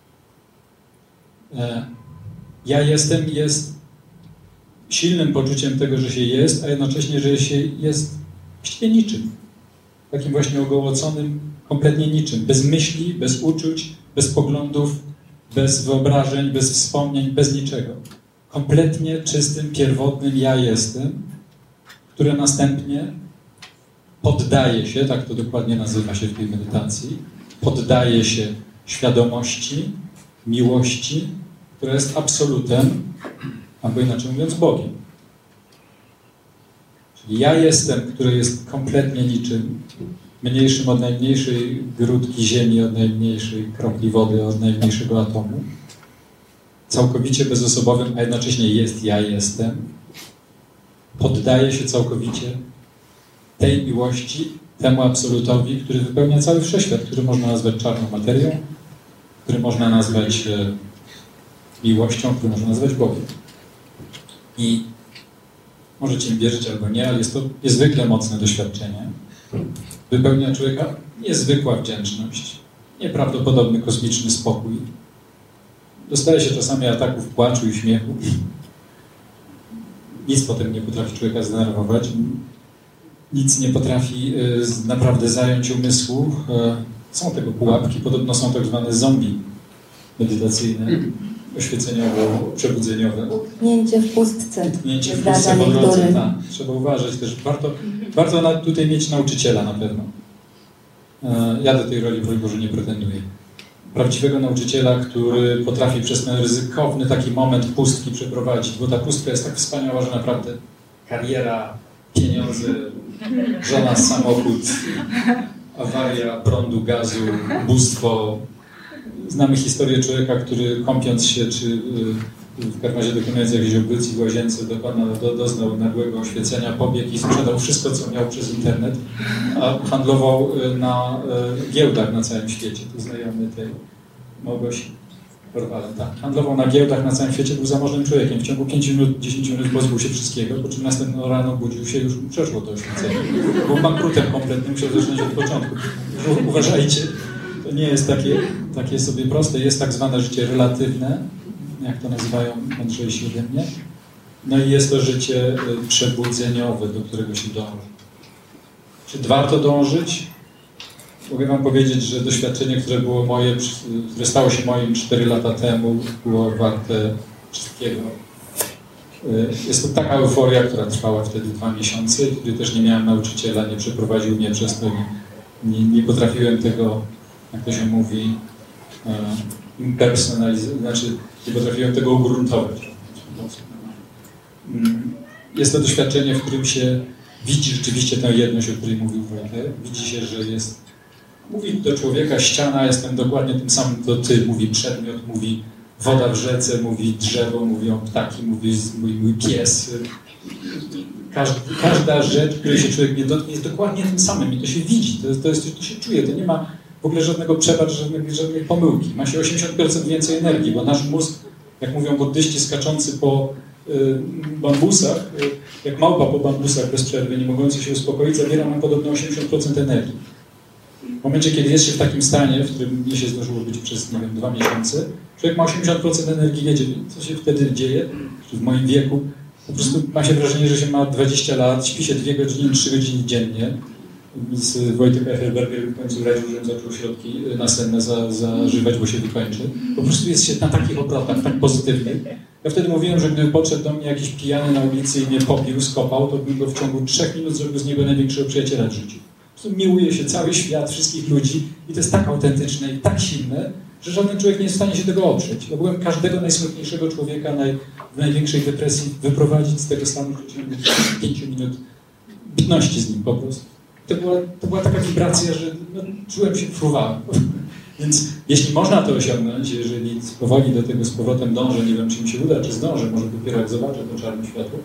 Ja jestem jest silnym poczuciem tego, że się jest, a jednocześnie, że się jest właściwie niczym. Takim właśnie ogołoconym, kompletnie niczym. Bez myśli, bez uczuć, bez poglądów, bez wyobrażeń, bez wspomnień, bez niczego. Kompletnie czystym, pierwotnym ja jestem, które następnie poddaje się, tak to dokładnie nazywa się w tej medytacji, poddaje się świadomości, miłości, która jest absolutem, albo inaczej mówiąc Bogiem. Czyli ja jestem, który jest kompletnie niczym, mniejszym od najmniejszej grudki ziemi, od najmniejszej kropli wody, od najmniejszego atomu, całkowicie bezosobowym, a jednocześnie jest, ja jestem, poddaje się całkowicie tej miłości, temu absolutowi, który wypełnia cały wszechświat, który można nazwać czarną materią, który można nazwać e, miłością, który można nazwać Bogiem. I możecie im wierzyć albo nie, ale jest to niezwykle mocne doświadczenie. Wypełnia człowieka niezwykła wdzięczność, nieprawdopodobny kosmiczny spokój. Dostaje się czasami ataków płaczu i śmiechu. Nic potem nie potrafi człowieka zdenerwować. Nic nie potrafi y, naprawdę zająć umysłu. Y, są tego pułapki, podobno są tak zwane zombie medytacyjne, oświeceniowo-przebudzeniowe. Utknięcie w pustce. Utknięcie w Zdarza pustce po drodze, niektórym. tak. Trzeba uważać też. Warto, warto na, tutaj mieć nauczyciela na pewno. Y, ja do tej roli, broń Boże, nie pretenduję. Prawdziwego nauczyciela, który potrafi przez ten ryzykowny taki moment pustki przeprowadzić, bo ta pustka jest tak wspaniała, że naprawdę kariera, pieniądze, żona, samochód, awaria prądu, gazu, ubóstwo. Znamy historię człowieka, który kąpiąc się, czy w każdym razie dokonując jakiejś obrócji w łazience, dokonał, do, doznał nagłego oświecenia, pobiegł i sprzedał wszystko, co miał przez internet, a handlował na giełdach na całym świecie. To znajomy tej Małgosi Korwalen, tak. Handlował na giełdach na całym świecie, był zamożnym człowiekiem. W ciągu pięciu minut, dziesięciu minut pozbył się wszystkiego, po czym następnego rano budził się, już przeszło to oświecenie. Był bankrutem kompletnym, musiał zacząć od początku. Uważajcie, to nie jest takie, takie sobie proste. Jest tak zwane życie relatywne, jak to nazywają mądrzejsi ode mnie. No i jest to życie przebudzeniowe, do którego się dąży. Czy warto dążyć? Mogę wam powiedzieć, że doświadczenie, które było moje, które stało się moim cztery lata temu, było warte wszystkiego. Jest to taka euforia, która trwała wtedy dwa miesiące, i której też nie miałem nauczyciela, nie przeprowadził mnie przez to, nie, nie potrafiłem tego, jak to się mówi, impersonalizować, znaczy nie potrafiłem tego ugruntować. Jest to doświadczenie, w którym się widzi rzeczywiście tę jedność, o której mówił Wojtek. Widzi się, że jest... Mówi do człowieka ściana, jestem dokładnie tym samym, to ty, mówi przedmiot, mówi woda w rzece, mówi drzewo, mówią ptaki, mówi mój, mój pies. Każda, każda rzecz, której się człowiek nie dotknie, jest dokładnie tym samym i to się widzi, to, to, jest, to się czuje, to nie ma w ogóle żadnego przepaść, żadnej, żadnej pomyłki. Ma się osiemdziesiąt procent więcej energii, bo nasz mózg, jak mówią buddyści skaczący po y, bambusach, y, jak małpa po bambusach bez przerwy, nie mogący się uspokoić, zabiera nam podobno osiemdziesiąt procent energii. W momencie, kiedy jest się w takim stanie, w którym mnie się zdarzyło być przez, nie wiem, dwa miesiące, człowiek ma osiemdziesiąt procent energii, wiecie, co się wtedy dzieje, w moim wieku, po prostu ma się wrażenie, że się ma dwadzieścia lat, śpi się dwie godziny, trzy godziny dziennie. Z Wojtek Eichelberger w końcu radził, że zaczął środki nasenne za, zażywać, bo się wykończy. Po prostu jest się na takich obrotach, tak pozytywnych. Ja wtedy mówiłem, że gdyby podszedł do mnie jakiś pijany na ulicy i mnie popił, skopał, to bym go w ciągu trzech minut zrobił z niego największego przyjaciela w życiu. Po prostu miłuje się cały świat, wszystkich ludzi i to jest tak autentyczne i tak silne, że żaden człowiek nie jest w stanie się tego oprzeć. Ja byłem każdego najsmutniejszego człowieka naj, w największej depresji wyprowadzić z tego stanu w ciągu pięciu minut bitności z nim po prostu. To była, to była taka wibracja, że no, czułem się, fruwałem. Więc jeśli można to osiągnąć, jeżeli powoli do tego z powrotem dążę, nie wiem, czy mi się uda, czy zdążę, może dopiero jak zobaczę to czarne światło,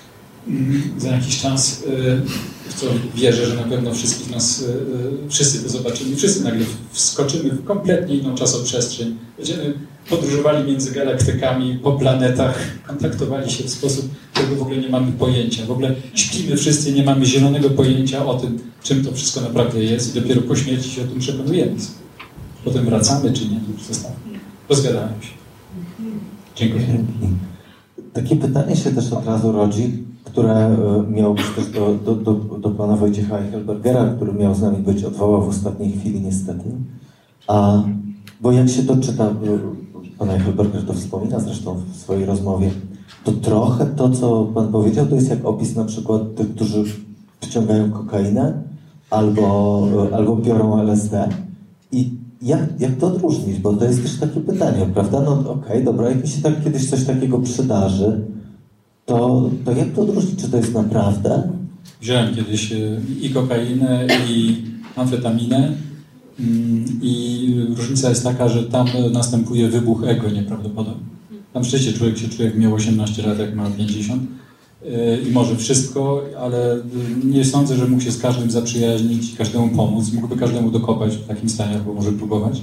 za jakiś czas, w co wierzę, że na pewno wszystkich nas, wszyscy to zobaczymy, wszyscy nagle wskoczymy w kompletnie inną czasoprzestrzeń. Będziemy podróżowali między galaktykami, po planetach, kontaktowali się w sposób, którego w ogóle nie mamy pojęcia. W ogóle śpimy wszyscy, nie mamy zielonego pojęcia o tym, czym to wszystko naprawdę jest i dopiero po śmierci się o tym przekonujemy. Potem wracamy, czy nie, to już zostało. Rozgadałem się. Dziękuję. Takie pytanie się też od razu rodzi, które miało być też do, do, do, do pana Wojciecha Eichelbergera, który miał z nami być, odwołał w ostatniej chwili niestety. A, bo jak się to czyta, pan Eichelberger to wspomina zresztą w swojej rozmowie, to trochę to, co pan powiedział, to jest jak opis na przykład tych, którzy wciągają kokainę albo, albo biorą L S D. I jak, jak to odróżnić? Bo to jest też takie pytanie, prawda? No okej, okay, dobra, jak mi się tak kiedyś coś takiego przydarzy, to, to jak to odróżnić? Czy to jest naprawdę wziąłem kiedyś i kokainę, i amfetaminę. I różnica jest taka, że tam następuje wybuch ego nieprawdopodobny. Tam rzeczywiście człowiek się czuje, jak miał osiemnaście lat, jak ma pięćdziesiąt i może wszystko, ale nie sądzę, że mógł się z każdym zaprzyjaźnić, każdemu pomóc, mógłby każdemu dokopać w takim stanie, albo może próbować.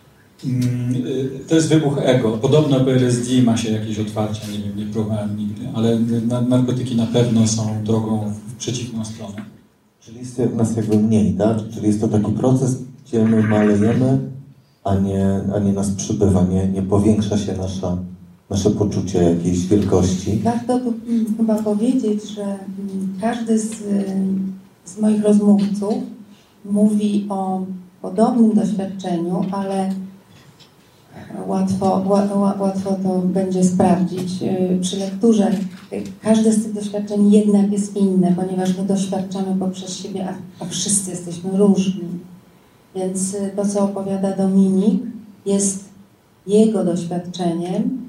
To jest wybuch ego. Podobno po L S D ma się jakieś otwarcia, nie wiem, nie próbowałem nigdy, ale narkotyki na pewno są drogą w przeciwną stronę. Czyli jest nas jakby mniej, tak? Czyli jest to taki proces, gdzie my malejemy, a nie, a nie nas przybywa, nie, nie powiększa się nasza, nasze poczucie jakiejś wielkości. Warto tu chyba powiedzieć, że każdy z, z moich rozmówców mówi o podobnym doświadczeniu, ale łatwo, łatwo to będzie sprawdzić przy lekturze. Każde z tych doświadczeń jednak jest inne, ponieważ my doświadczamy poprzez siebie, a, a wszyscy jesteśmy różni. Więc to, co opowiada Dominik, jest jego doświadczeniem.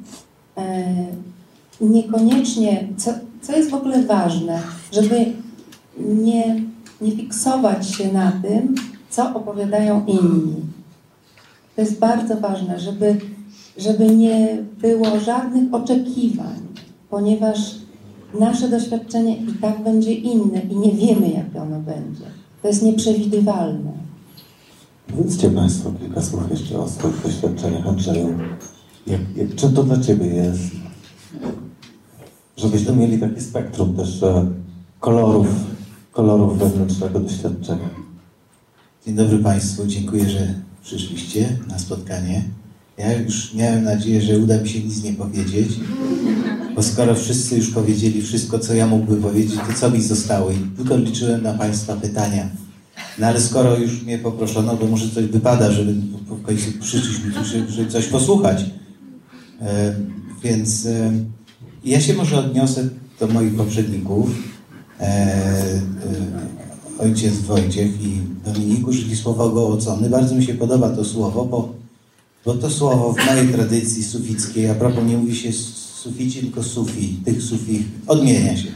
I niekoniecznie, co, co jest w ogóle ważne, żeby nie, nie fiksować się na tym, co opowiadają inni. To jest bardzo ważne, żeby, żeby nie było żadnych oczekiwań, ponieważ nasze doświadczenie i tak będzie inne i nie wiemy, jak ono będzie. To jest nieprzewidywalne. Powiedzcie Państwo kilka słów jeszcze o swoich doświadczeniach, Andrzeju. Jak, jak, czym to dla Ciebie jest? Żebyśmy mieli takie spektrum też e, kolorów, kolorów wewnętrznego doświadczenia. Dzień dobry Państwu, dziękuję, że przyszliście na spotkanie. Ja już miałem nadzieję, że uda mi się nic nie powiedzieć, bo skoro wszyscy już powiedzieli wszystko, co ja mógłbym powiedzieć, to co mi zostało? I tylko liczyłem na Państwa pytania. No ale skoro już mnie poproszono, to może coś wypada, żeby w końcu przyszlić mi tu, żeby, żeby coś posłuchać. E, więc e, ja się może odniosę do moich poprzedników. E, e, ojciec Wojciech i Dominik użyli słowa ogołocony. Bardzo mi się podoba to słowo, bo, bo to słowo w mojej tradycji sufickiej, a propos nie mówi się sufici, tylko sufi, tych sufi, odmienia się.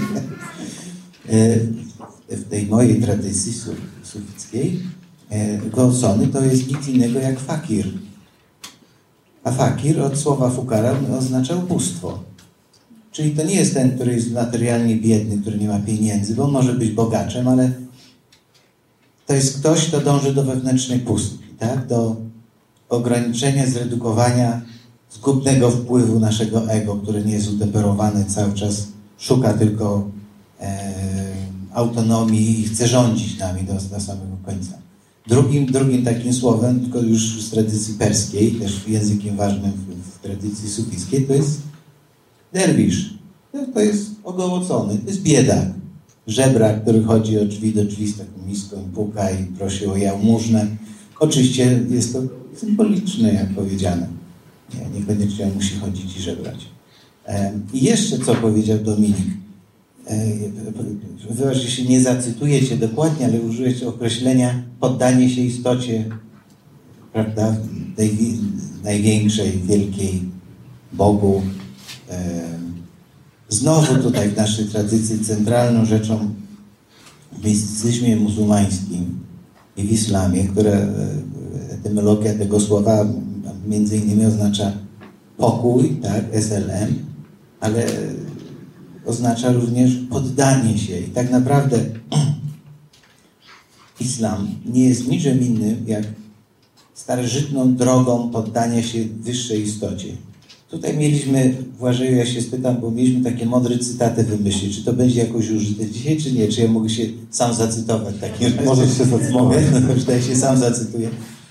W tej mojej tradycji sufickiej gołocony to jest nic innego jak fakir. A fakir od słowa fukara oznacza ubóstwo. Czyli to nie jest ten, który jest materialnie biedny, który nie ma pieniędzy, bo on może być bogaczem, ale to jest ktoś, kto dąży do wewnętrznej pustki, tak? Do ograniczenia, zredukowania zgubnego wpływu naszego ego, które nie jest utemperowane, cały czas szuka tylko e, autonomii i chce rządzić nami do, do samego końca. Drugim, drugim takim słowem, tylko już z tradycji perskiej, też językiem ważnym w, w tradycji sufickiej, to jest derwisz. To jest ogołocony, to jest biedak. Żebrak, który chodzi od drzwi do drzwi z taką miską i puka i prosi o jałmużnę. Oczywiście jest to symboliczne, jak powiedziane. Nie, niekoniecznie musi chodzić i żebrać. I jeszcze co powiedział Dominik. Wybacz, że się nie zacytuję cię dokładnie, ale użyłeś określenia poddanie się istocie, prawda, tej największej, wielkiej Bogu. Znowu tutaj w naszej tradycji centralną rzeczą w mistycyzmie muzułmańskim i w islamie, które etymologia tego słowa między innymi oznacza pokój, tak, S L M, ale oznacza również poddanie się. I tak naprawdę islam nie jest niczym innym jak starożytną drogą poddania się wyższej istocie. Tutaj mieliśmy, Błażeju, ja się spytam, bo mieliśmy takie mądre cytaty wymyślić, czy to będzie jakoś użyte dzisiaj, czy nie? Czy ja mogę się sam zacytować? Możesz się zacytować. Mogę? No to ja się sam zacytuję.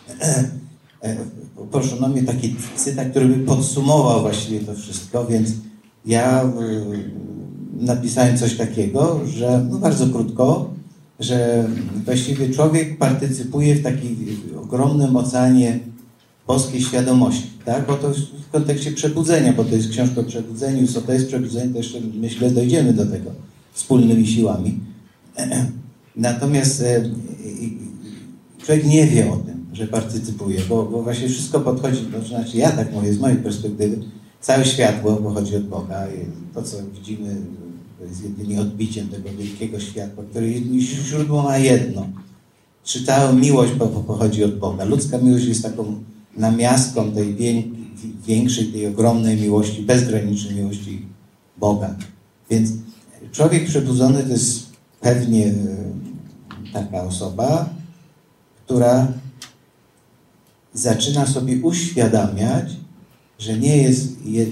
Proszono mnie taki cytat, który by podsumował właściwie to wszystko, więc ja napisałem coś takiego, że, no bardzo krótko, że właściwie człowiek partycypuje w takim ogromnym oceanie boskiej świadomości, tak? Bo to jest w kontekście przebudzenia, bo to jest książka o przebudzeniu, co to jest przebudzenie, to jeszcze myślę dojdziemy do tego wspólnymi siłami. Natomiast e, człowiek nie wie o tym, że partycypuje, bo, bo właśnie wszystko podchodzi, to znaczy ja tak mówię z mojej perspektywy, całe światło pochodzi od Boga i to, co widzimy To jest jedynie odbiciem tego wielkiego światła, które źródło ma jedno. Czy ta miłość pochodzi od Boga? Ludzka miłość jest taką namiastką tej większej, tej ogromnej miłości, bezgranicznej miłości Boga. Więc człowiek przebudzony to jest pewnie taka osoba, która zaczyna sobie uświadamiać, że nie jest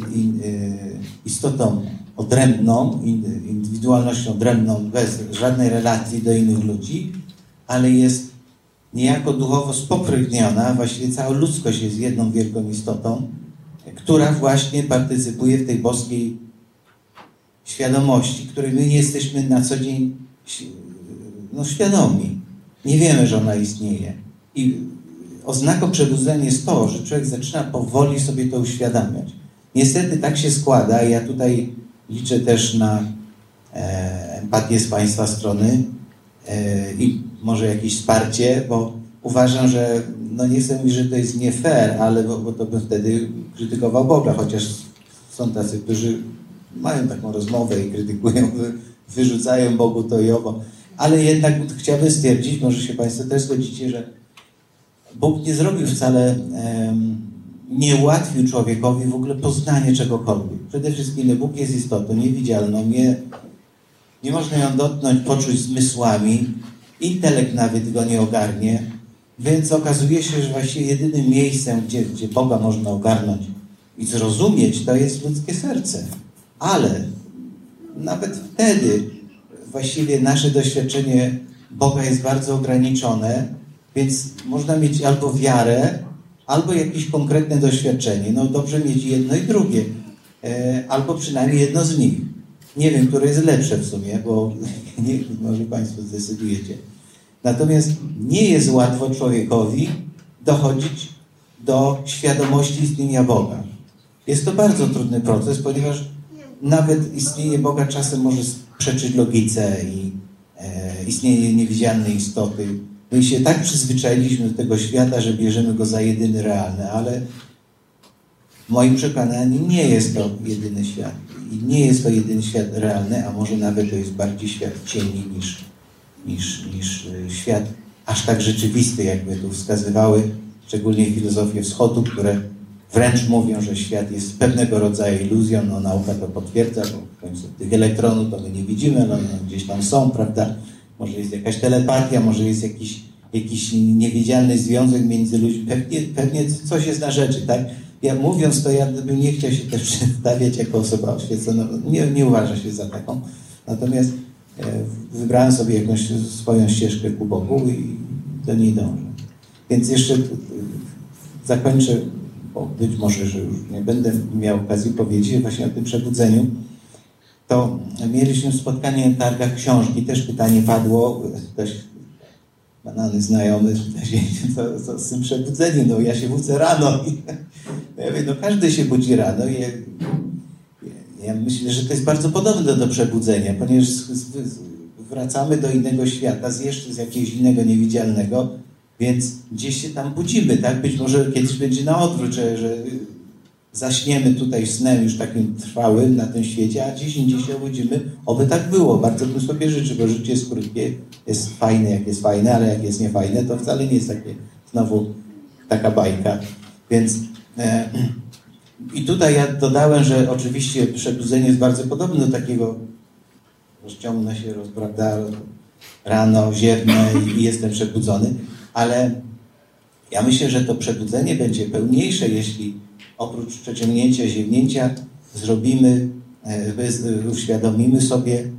istotą odrębną, indywidualnością odrębną, bez żadnej relacji do innych ludzi, ale jest niejako duchowo spokrewniona, właściwie cała ludzkość jest jedną wielką istotą, która właśnie partycypuje w tej boskiej świadomości, której my nie jesteśmy na co dzień no, świadomi. Nie wiemy, że ona istnieje. I oznaką przebudzenia jest to, że człowiek zaczyna powoli sobie to uświadamiać. Niestety tak się składa, ja tutaj liczę też na e, empatię z Państwa strony e, i może jakieś wsparcie, bo uważam, że no nie chcę mówić, że to jest nie fair, ale bo, bo to bym wtedy krytykował Boga, chociaż są tacy, którzy mają taką rozmowę i krytykują, wy, wyrzucają Bogu to i owo. Ale jednak chciałbym stwierdzić, może się Państwo też zgodzicie, że Bóg nie zrobił wcale, um, nie ułatwił człowiekowi w ogóle poznanie czegokolwiek. Przede wszystkim Bóg jest istotą niewidzialną, nie, nie można ją dotknąć, poczuć zmysłami, intelekt nawet go nie ogarnie, więc okazuje się, że właściwie jedynym miejscem, gdzie, gdzie Boga można ogarnąć i zrozumieć, to jest ludzkie serce. Ale nawet wtedy właściwie nasze doświadczenie Boga jest bardzo ograniczone, więc można mieć albo wiarę, albo jakieś konkretne doświadczenie. No dobrze mieć jedno i drugie, e, albo przynajmniej jedno z nich. Nie wiem, które jest lepsze w sumie, bo nie, może Państwo zdecydujecie. Natomiast nie jest łatwo człowiekowi dochodzić do świadomości istnienia Boga. Jest to bardzo trudny proces, ponieważ nawet istnienie Boga czasem może przeczyć logice i e, istnienie niewidzialnej istoty. My się tak przyzwyczailiśmy do tego świata, że bierzemy go za jedyny realny, ale w moim przekonaniu nie jest to jedyny świat. I nie jest to jedyny świat realny, a może nawet to jest bardziej świat cieni niż, niż, niż świat aż tak rzeczywisty, jakby tu wskazywały szczególnie filozofie wschodu, które wręcz mówią, że świat jest pewnego rodzaju iluzją. No nauka to potwierdza, bo w końcu tych elektronów to my nie widzimy, no, no gdzieś tam są, prawda? Może jest jakaś telepatia, może jest jakiś, jakiś niewidzialny związek między ludźmi. Pewnie, pewnie coś jest na rzeczy, tak? Ja mówiąc to, ja bym nie chciał się też przedstawiać jako osoba oświecona. Nie, nie uważam się za taką. Natomiast e, wybrałem sobie jakąś swoją ścieżkę ku Bogu i do niej dążę. Więc jeszcze zakończę, bo być może, że już nie będę miał okazji powiedzieć właśnie o tym przebudzeniu. To mieliśmy spotkanie na targach książki, też pytanie padło, ktoś, banany znajomy, to, to z tym przebudzeniem, no ja się budzę rano. I, ja mówię, no każdy się budzi rano i ja, ja myślę, że to jest bardzo podobne do, do przebudzenia, ponieważ z, z, wracamy do innego świata, z jeszcze z jakiegoś innego niewidzialnego, więc gdzieś się tam budzimy, tak? Być może kiedyś będzie na odwrót, że, że zaśniemy tutaj snem już takim trwałym na tym świecie, a gdzieś indziej się obudzimy. Oby tak było. Bardzo bym sobie życzył, bo życie jest krótkie, jest fajne, jak jest fajne, ale jak jest niefajne, to wcale nie jest takie znowu taka bajka. Więc e, i tutaj ja dodałem, że oczywiście przebudzenie jest bardzo podobne do takiego rozciągnę się, rozprawda, rano, ziewne i, i jestem przebudzony, ale ja myślę, że to przebudzenie będzie pełniejsze, jeśli oprócz przeciągnięcia, ziewnięcia zrobimy, e, uświadomimy sobie e,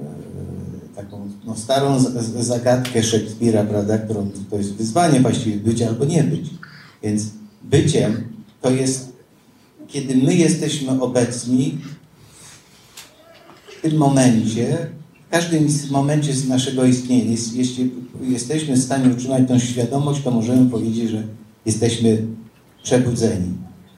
taką no, starą z, zagadkę Szekspira, prawda, którą to jest wyzwanie właściwie być albo nie być. Więc byciem to jest, kiedy my jesteśmy obecni w tym momencie, w każdym momencie z naszego istnienia. Jeśli jesteśmy w stanie utrzymać tę świadomość, to możemy powiedzieć, że jesteśmy przebudzeni.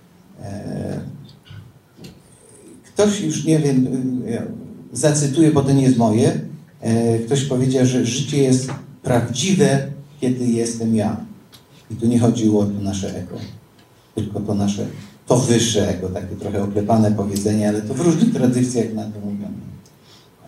Ktoś już, nie wiem, zacytuję, bo to nie jest moje, ktoś powiedział, że życie jest prawdziwe, kiedy jestem ja. I tu nie chodziło o to nasze ego, tylko to nasze, to wyższe ego, takie trochę oklepane powiedzenie, ale to w różnych tradycjach na to mówiono.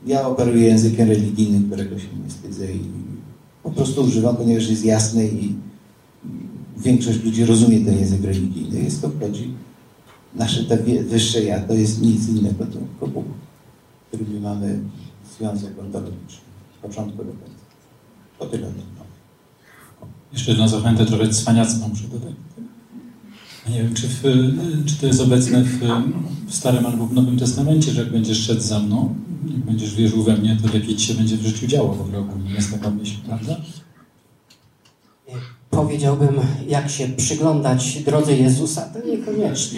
Ja operuję językiem religijnym, którego się nie wstydzę i po prostu używam, ponieważ jest jasny i większość ludzi rozumie ten język religijny. Jest to wchodzi. Nasze te wyższe ja to jest nic innego, to tylko Bóg, który my mamy związek ontologiczny. Od początku do końca. To tyle. No. Jeszcze na zachętę trochę cwaniactwa muszę dodać. Nie wiem, czy, w, czy to jest obecne w, w Starym albo w Nowym Testamencie, że jak będziesz szedł za mną, jak będziesz wierzył we mnie, to lepiej ci się będzie w życiu działo, w ogóle ogólnie jest taka myśl, prawda? Powiedziałbym, jak się przyglądać drodze Jezusa, to niekoniecznie.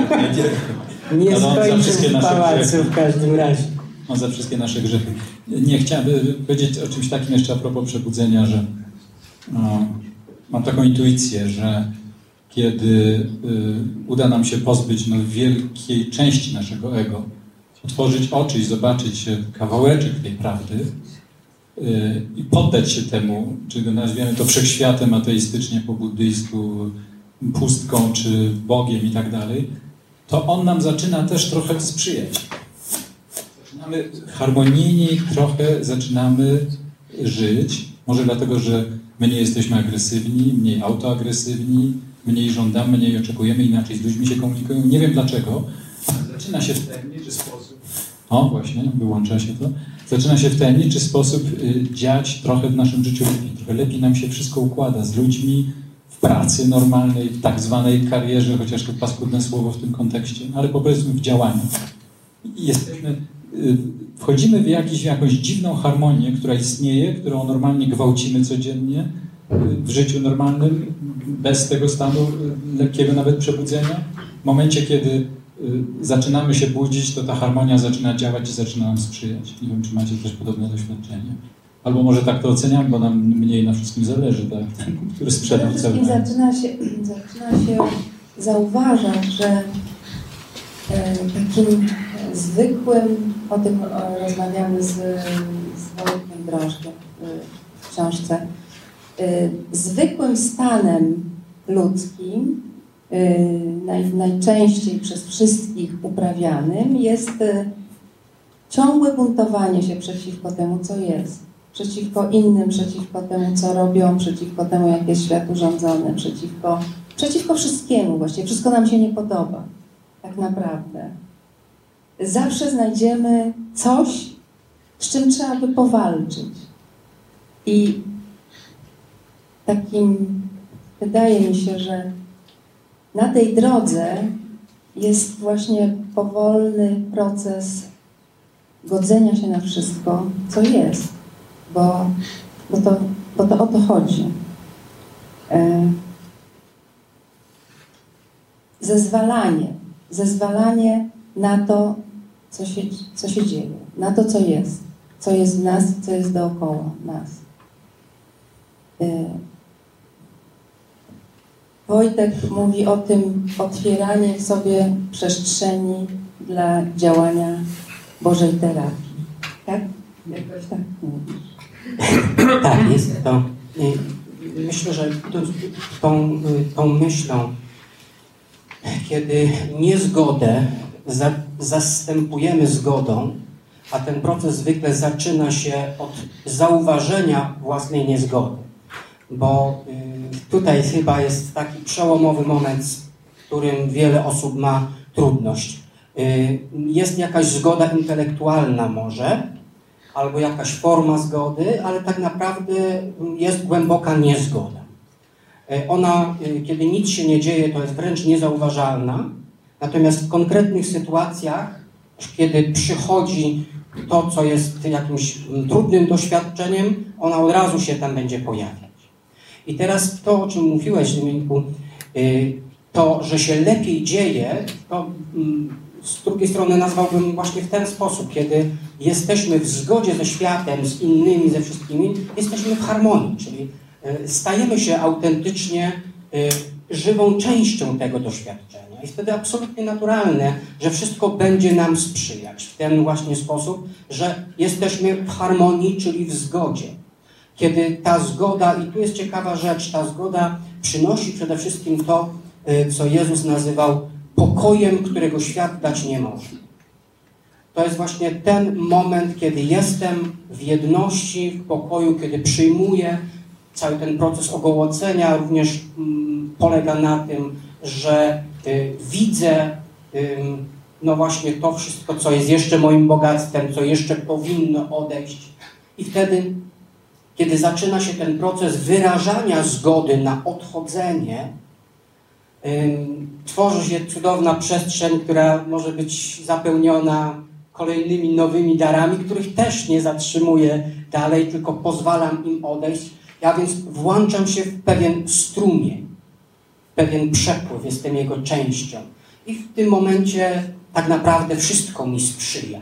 Nie Ale on za skończył wszystkie w nasze pałacu grzechy. w każdym razie. On za wszystkie nasze grzechy. Nie chciałem powiedzieć o czymś takim jeszcze a propos przebudzenia, że no, mam taką intuicję, że kiedy y, uda nam się pozbyć no, wielkiej części naszego ego, otworzyć oczy i zobaczyć kawałeczek tej prawdy y, i poddać się temu, czy go nazwiemy to wszechświatem ateistycznie, po buddyjsku, pustką, czy Bogiem i tak dalej, to on nam zaczyna też trochę sprzyjać. Zaczynamy harmonijniej trochę zaczynamy żyć, może dlatego, że my nie jesteśmy agresywni, mniej autoagresywni, mniej żądamy, mniej oczekujemy, inaczej z ludźmi się komunikują. Nie wiem dlaczego, ale zaczyna się w tajemniczy sposób. O, właśnie, wyłącza się to. Zaczyna się w tajemniczy sposób y, dziać trochę w naszym życiu lepiej. Trochę lepiej nam się wszystko układa z ludźmi, w pracy normalnej, w tak zwanej karierze, chociaż to paskudne słowo w tym kontekście, ale powiedzmy w działaniu. I jesteśmy, y, wchodzimy w, jakiś, w jakąś dziwną harmonię, która istnieje, którą normalnie gwałcimy codziennie, w życiu normalnym, bez tego stanu lekkiego nawet przebudzenia. W momencie, kiedy y, zaczynamy się budzić, to ta harmonia zaczyna działać i zaczyna nam sprzyjać. Nie wiem, czy macie też podobne doświadczenie. Albo może tak to oceniam, bo nam mniej na wszystkim zależy, tak? Ten, który sprzedał cały I zaczyna się, zaczyna się zauważać, że e, takim zwykłym, o tym o, rozmawiamy z, z Wojtkiem Drążkiem w książce, zwykłym stanem ludzkim, naj, najczęściej przez wszystkich uprawianym, jest ciągłe buntowanie się przeciwko temu, co jest. Przeciwko innym, przeciwko temu, co robią, przeciwko temu, jak jest świat urządzony, przeciwko, przeciwko wszystkiemu. Właściwie wszystko nam się nie podoba. Tak naprawdę. Zawsze znajdziemy coś, z czym trzeba by powalczyć. I takim, wydaje mi się, że na tej drodze jest właśnie powolny proces godzenia się na wszystko, co jest, bo, bo, to, bo to o to chodzi. E, zezwalanie, zezwalanie na to, co się, co się dzieje, na to, co jest, co jest w nas, co jest dookoła nas. E, Wojtek mówi o tym otwieraniu w sobie przestrzeni dla działania Bożej terapii. Tak? Jakoś tak mówisz. Tak, jest to. Myślę, że tą, tą myślą, kiedy niezgodę za, zastępujemy zgodą, a ten proces zwykle zaczyna się od zauważenia własnej niezgody. Bo y, tutaj chyba jest taki przełomowy moment, z którym wiele osób ma trudność. Y, jest jakaś zgoda intelektualna może, albo jakaś forma zgody, ale tak naprawdę jest głęboka niezgoda. Y, ona, y, kiedy nic się nie dzieje, to jest wręcz niezauważalna, natomiast w konkretnych sytuacjach, kiedy przychodzi to, co jest jakimś trudnym doświadczeniem, ona od razu się tam będzie pojawiać. I teraz to, o czym mówiłeś, Dominiku, to, że się lepiej dzieje, to z drugiej strony nazwałbym właśnie w ten sposób, kiedy jesteśmy w zgodzie ze światem, z innymi, ze wszystkimi, jesteśmy w harmonii, czyli stajemy się autentycznie żywą częścią tego doświadczenia. Jest wtedy absolutnie naturalne, że wszystko będzie nam sprzyjać w ten właśnie sposób, że jesteśmy w harmonii, czyli w zgodzie. Kiedy ta zgoda, i tu jest ciekawa rzecz, ta zgoda przynosi przede wszystkim to, co Jezus nazywał pokojem, którego świat dać nie może. to jest właśnie ten moment, kiedy jestem w jedności, w pokoju, kiedy przyjmuję. Cały ten proces ogołocenia również mm, polega na tym, że y, widzę y, no właśnie to wszystko, co jest jeszcze moim bogactwem, co jeszcze powinno odejść. I wtedy, kiedy zaczyna się ten proces wyrażania zgody na odchodzenie, y, tworzy się cudowna przestrzeń, która może być zapełniona kolejnymi nowymi darami, których też nie zatrzymuję dalej, tylko pozwalam im odejść. Ja więc włączam się w pewien strumień, pewien przepływ, jestem jego częścią. I w tym momencie tak naprawdę wszystko mi sprzyja.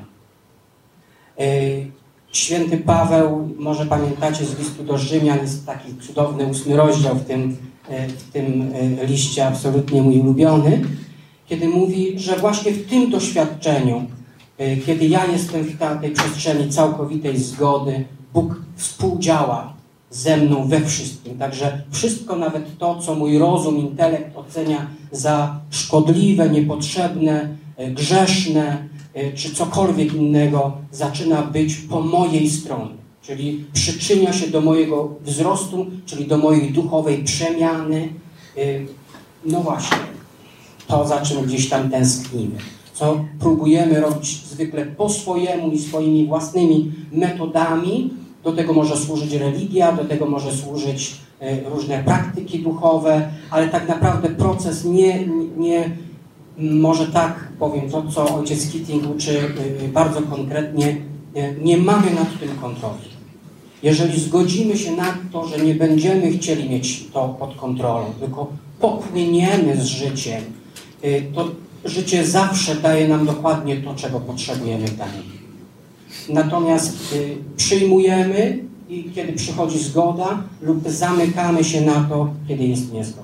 Święty Paweł, może pamiętacie z listu do Rzymian, jest taki cudowny ósmy rozdział w tym, w tym liście, absolutnie mój ulubiony, kiedy mówi, że właśnie w tym doświadczeniu, kiedy ja jestem w tej przestrzeni całkowitej zgody, Bóg współdziała ze mną we wszystkim. Także wszystko, nawet to, co mój rozum, intelekt ocenia za szkodliwe, niepotrzebne, grzeszne, czy cokolwiek innego, zaczyna być po mojej stronie. Czyli przyczynia się do mojego wzrostu, czyli do mojej duchowej przemiany. No właśnie, to, za czym gdzieś tam tęsknimy. Co próbujemy robić zwykle po swojemu i swoimi własnymi metodami. Do tego może służyć religia, do tego może służyć y, różne praktyki duchowe, ale tak naprawdę proces nie, nie, nie może tak powiem to, co ojciec Keating uczy y, bardzo konkretnie, y, nie mamy nad tym kontroli. Jeżeli zgodzimy się na to, że nie będziemy chcieli mieć to pod kontrolą, tylko popłyniemy z życiem, y, to życie zawsze daje nam dokładnie to, czego potrzebujemy w danej chwili. Natomiast y, przyjmujemy i kiedy przychodzi zgoda lub zamykamy się na to, kiedy jest niezgoda.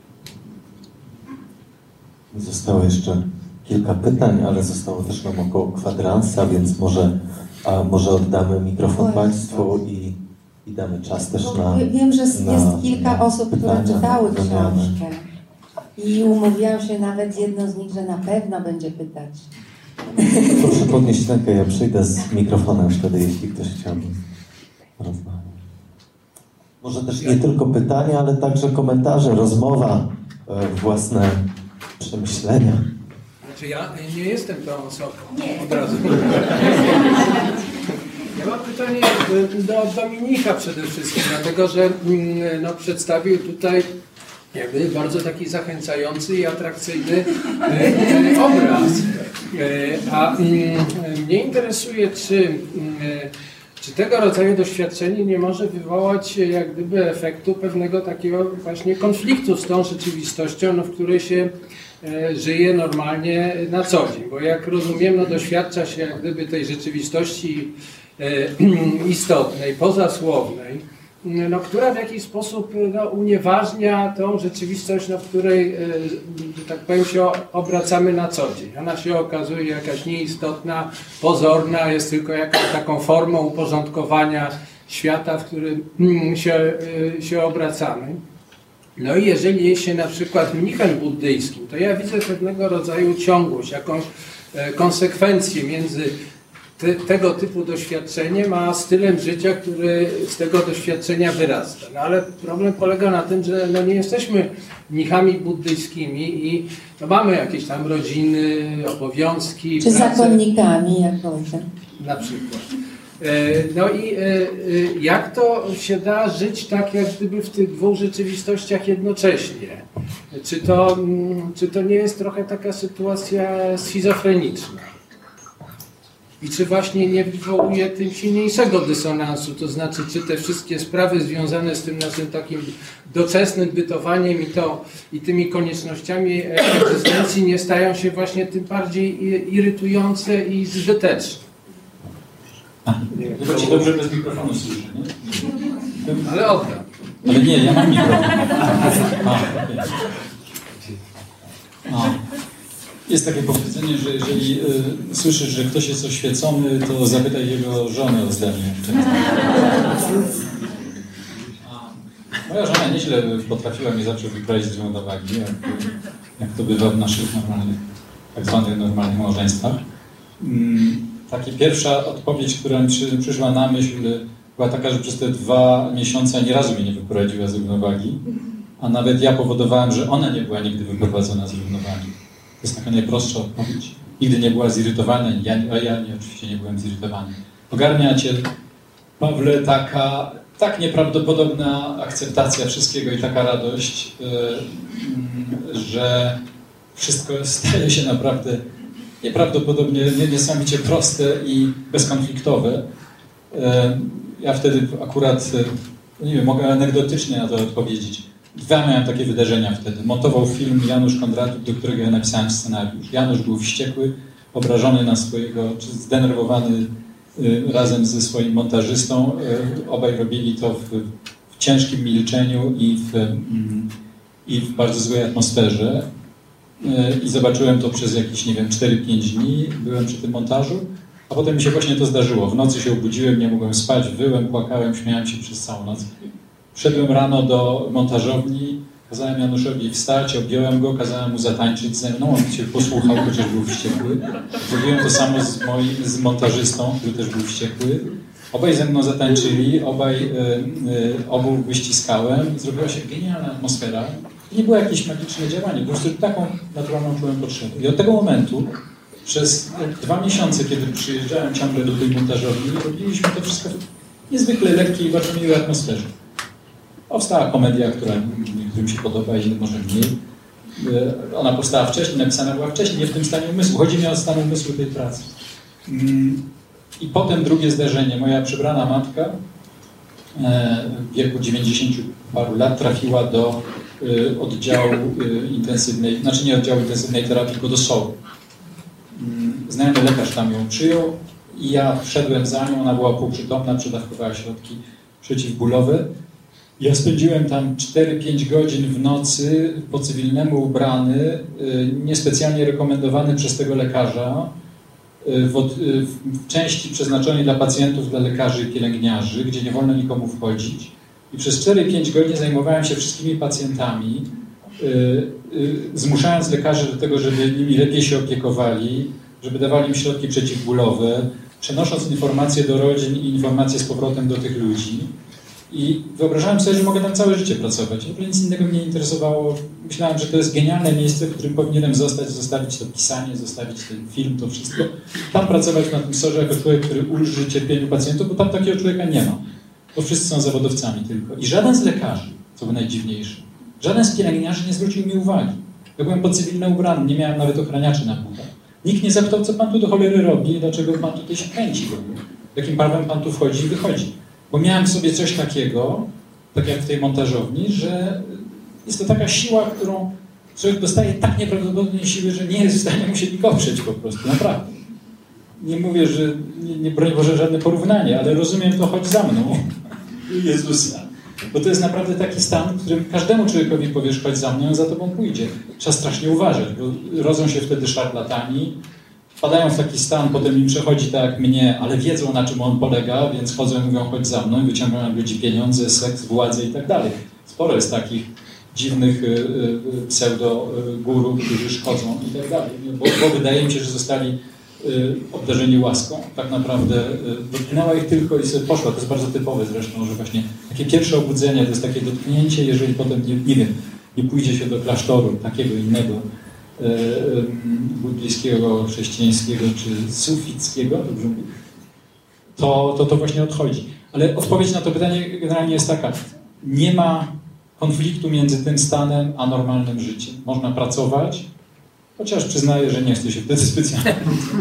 Zostało jeszcze kilka pytań, ale zostało też nam około kwadransa, więc może, a może oddamy mikrofon Właśnie. Państwu i, i damy czas też Bo na... wiem, że jest na, kilka na osób, które pytania, czytały na wymianę. książkę i umówiłam się nawet z jedną z nich, że na pewno będzie pytać. Proszę podnieść rękę, ja przyjdę z mikrofonem wtedy, jeśli ktoś chciałby rozmawiać. Może też nie tylko pytania, ale także komentarze, rozmowa, e, własne przemyślenia. Znaczy ja nie jestem tą osobą. Od razu. Ja mam pytanie do Dominika przede wszystkim, dlatego że no, przedstawił tutaj jakby bardzo taki zachęcający i atrakcyjny e, obraz. E, a m, mnie interesuje, czy, m, czy tego rodzaju doświadczenie nie może wywołać jak gdyby efektu pewnego takiego właśnie konfliktu z tą rzeczywistością, no, w której się e, żyje normalnie na co dzień. Bo jak rozumiem, no, doświadcza się jak gdyby tej rzeczywistości e, istotnej, pozasłownej, no, która w jakiś sposób no, unieważnia tą rzeczywistość, no, w której, że tak powiem, się obracamy na co dzień. Ona się okazuje jakaś nieistotna, pozorna, jest tylko jakąś taką formą uporządkowania świata, w którym się, się obracamy. No i jeżeli jest się na przykład mnichem buddyjskim, to ja widzę pewnego rodzaju ciągłość, jakąś konsekwencję między Te, tego typu doświadczeniem, a stylem życia, który z tego doświadczenia wyrasta. No ale problem polega na tym, że no nie jesteśmy mnichami buddyjskimi i no mamy jakieś tam rodziny, obowiązki, Czy pracę, zakonnikami, jak ojciec. na przykład. No i jak to się da żyć tak, jak gdyby w tych dwóch rzeczywistościach jednocześnie? Czy to, czy to nie jest trochę taka sytuacja schizofreniczna? I czy właśnie nie wywołuje tym silniejszego dysonansu, to znaczy, czy te wszystkie sprawy związane z tym naszym takim doczesnym bytowaniem i, to, i tymi koniecznościami egzystencji nie stają się właśnie tym bardziej irytujące i zbyteczne? Chyba ci dobrze bez mikrofonu słyszę, nie? Ale oddam. Ale nie, ja mam mikrofon. A, okay. A. Jest takie powiedzenie, że jeżeli y, słyszysz, że ktoś jest oświecony, to zapytaj jego żonę o zdanie. Moja żona nieźle potrafiła mnie zawsze wyprawić z równowagi, jak, jak to bywa w naszych normalnych, tak zwanych normalnych małżeństwach. Mm, Taka pierwsza odpowiedź, która mi przy, przyszła na myśl, była taka, że przez te dwa miesiące ani razu mnie nie wyprowadziła z równowagi, a nawet ja powodowałem, że ona nie była nigdy wyprowadzona z równowagi. To jest taka najprostsza odpowiedź. Nigdy nie była zirytowana, ja, a ja nie, oczywiście nie byłem zirytowany. Ogarnia cię, Pawle, taka tak nieprawdopodobna akceptacja wszystkiego i taka radość, yy, że wszystko staje się naprawdę nieprawdopodobnie, niesamowicie proste i bezkonfliktowe. Yy, ja wtedy akurat, yy, nie wiem, mogę anegdotycznie na to odpowiedzieć. Dwa miałem takie wydarzenia wtedy. Montował film Janusz Kondratów, do którego ja napisałem scenariusz. Janusz był wściekły, obrażony na swojego, czy zdenerwowany y, razem ze swoim montażystą. Y, obaj robili to w, w ciężkim milczeniu i w, y, i w bardzo złej atmosferze. Y, I zobaczyłem to przez jakieś, nie wiem, cztery pięć dni. Byłem przy tym montażu, a potem mi się właśnie to zdarzyło. W nocy się obudziłem, nie mogłem spać, wyłem, płakałem, śmiałem się przez całą noc. Wszedłem rano do montażowni, kazałem Januszowi wstać, objąłem go, kazałem mu zatańczyć ze mną, on się posłuchał, chociaż był wściekły. Zrobiłem to samo z moim, z montażystą, który też był wściekły. Obaj ze mną zatańczyli, obaj, y, y, obu wyściskałem. Zrobiła się genialna atmosfera. Nie było jakieś magiczne działanie, po prostu taką naturalną czułem potrzebę. I od tego momentu, przez dwa miesiące, kiedy przyjeżdżałem ciągle do tej montażowni, robiliśmy to wszystko w niezwykle lekkiej i bardzo miłej atmosferze. Powstała komedia, która niektórym się podoba, innym może mniej. Ona powstała wcześniej, napisana była wcześniej, nie w tym stanie umysłu. Chodzi mi o stan umysłu tej pracy. I potem drugie zdarzenie. Moja przybrana matka w wieku dziewięćdziesięciu paru lat trafiła do oddziału intensywnej, znaczy nie oddziału intensywnej terapii, tylko do S O U. Znajomy lekarz tam ją przyjął i ja wszedłem za nią, ona była półprzytomna, przedawkowała środki przeciwbólowe. Ja spędziłem tam cztery pięć godzin w nocy po cywilnemu ubrany, niespecjalnie rekomendowany przez tego lekarza, w, od, w części przeznaczonej dla pacjentów, dla lekarzy i pielęgniarzy, gdzie nie wolno nikomu wchodzić. I przez cztery pięć godzin zajmowałem się wszystkimi pacjentami, zmuszając lekarzy do tego, żeby nimi lepiej się opiekowali, żeby dawali im środki przeciwbólowe, przenosząc informacje do rodzin i informacje z powrotem do tych ludzi. I wyobrażałem sobie, że mogę tam całe życie pracować. W ogóle nic innego mnie nie interesowało. Myślałem, że to jest genialne miejsce, w którym powinienem zostać, zostawić to pisanie, zostawić ten film, to wszystko. Tam pracować na tym sorze jako człowiek, który ulży cierpieniu pacjentów, bo tam takiego człowieka nie ma. Bo wszyscy są zawodowcami tylko. I żaden z lekarzy, co było najdziwniejsze, żaden z pielęgniarzy nie zwrócił mi uwagi. Ja byłem pod cywilne ubrany, nie miałem nawet ochraniaczy na butach. Nikt nie zapytał, co pan tu do cholery robi i dlaczego pan tutaj się kręci w ogóle. Jakim prawem pan tu wchodzi i wychodzi. Bo miałem w sobie coś takiego, tak jak w tej montażowni, że jest to taka siła, którą człowiek dostaje tak nieprawdopodobnej siły, że nie jest w stanie mu się nik oprzeć po prostu, naprawdę. Nie mówię, że, nie, nie broń Boże, żadne porównanie, ale rozumiem to, chodź za mną, Jezusa. Bo to jest naprawdę taki stan, w którym każdemu człowiekowi powiesz, chodź za mną, on za tobą pójdzie. Trzeba strasznie uważać, bo rodzą się wtedy szarlatani, wpadają w taki stan, potem im przechodzi tak jak mnie, ale wiedzą, na czym on polega, więc chodzą i mówią, chodź za mną i wyciągają od ludzi pieniądze, seks, władzę i tak dalej. Sporo jest takich dziwnych y, y, pseudo-guru, którzy szkodzą i tak dalej. Bo, bo wydaje mi się, że zostali y, obdarzeni łaską. Tak naprawdę y, dotknęła ich tylko i sobie poszła. To jest bardzo typowe zresztą, że właśnie takie pierwsze obudzenie to jest takie dotknięcie, jeżeli potem, nie, nie wiem, nie pójdzie się do klasztoru takiego innego, buddyjskiego, chrześcijańskiego czy sufickiego, dobrze mówię, to, to to właśnie odchodzi. Ale odpowiedź na to pytanie generalnie jest taka. Nie ma konfliktu między tym stanem a normalnym życiem. Można pracować, chociaż przyznaję, że nie chcę się wtedy specjalnie.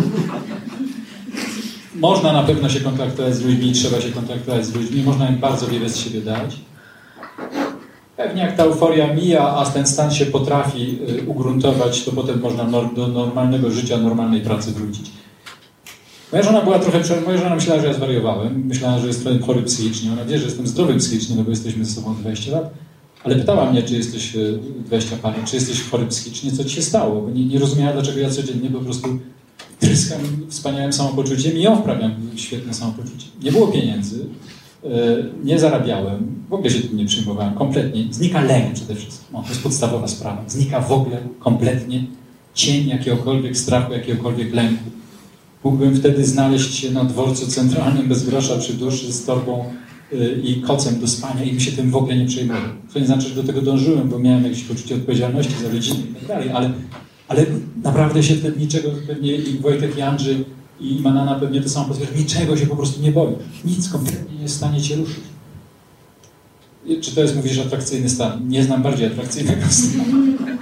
Można na pewno się kontaktować z ludźmi, trzeba się kontaktować z ludźmi, można im bardzo wiele z siebie dać. Pewnie jak ta euforia mija, a ten stan się potrafi ugruntować, to potem można do normalnego życia, normalnej pracy wrócić. Moja żona była trochę, moja żona myślała, że ja zwariowałem, myślała, że jestem chory psychicznie. Ona wie, że jestem zdrowy psychicznie, no bo jesteśmy ze sobą dwadzieścia lat, ale pytała mnie, czy jesteś dwadzieścia parę, czy jesteś chory psychicznie, co ci się stało, bo nie, nie rozumiała, dlaczego ja codziennie po prostu tryskam wspaniałym samopoczuciem i ją wprawiam w świetne samopoczucie. Nie było pieniędzy, nie zarabiałem, w ogóle się tym nie przyjmowałem, kompletnie. Znika lęk przede wszystkim. No, to jest podstawowa sprawa. Znika w ogóle kompletnie cień jakiegokolwiek strachu, jakiegokolwiek lęku. mógłbym wtedy znaleźć się na dworcu centralnym bez grosza przy duszy z torbą y, i kocem do spania i mi się tym w ogóle nie przejmował. To nie znaczy, że do tego dążyłem, bo miałem jakieś poczucie odpowiedzialności za rodzinę i tak dalej, ale, ale naprawdę się wtedy niczego, pewnie i Wojtek Jandrzy i Manana pewnie to samo potwierdza, niczego się po prostu nie boi. Nic kompletnie nie jest w stanie cię ruszyć. Czy to jest, mówisz, atrakcyjny stan? Nie znam bardziej atrakcyjnego stanu.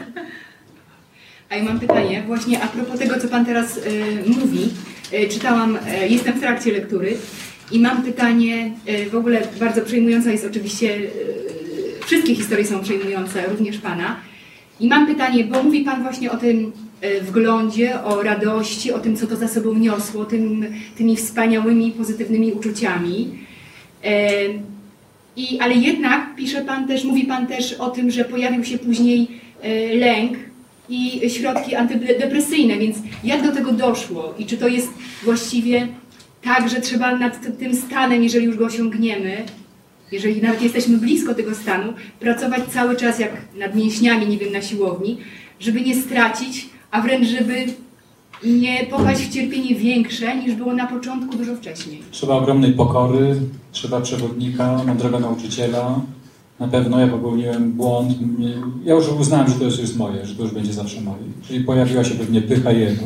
A ja mam pytanie właśnie a propos tego, co Pan teraz y, mówi. Y, czytałam, y, jestem w trakcie lektury i mam pytanie, y, w ogóle bardzo przejmująca jest oczywiście, y, wszystkie historie są przejmujące, również Pana. I mam pytanie, bo mówi Pan właśnie o tym y, wglądzie, o radości, o tym, co to za sobą niosło, tym, tymi wspaniałymi, pozytywnymi uczuciami. Y, i, ale jednak pisze Pan też, mówi Pan też o tym, że pojawił się później y, lęk i środki antydepresyjne, więc jak do tego doszło i czy to jest właściwie tak, że trzeba nad tym stanem, jeżeli już go osiągniemy, jeżeli nawet jesteśmy blisko tego stanu, pracować cały czas jak nad mięśniami, nie wiem, na siłowni, żeby nie stracić, a wręcz żeby nie popaść w cierpienie większe niż było na początku, dużo wcześniej. Trzeba ogromnej pokory, trzeba przewodnika, mądrego nauczyciela. Na pewno ja popełniłem błąd. Ja już uznałem, że to już jest moje, że to już będzie zawsze moje. Czyli pojawiła się pewnie pycha jego.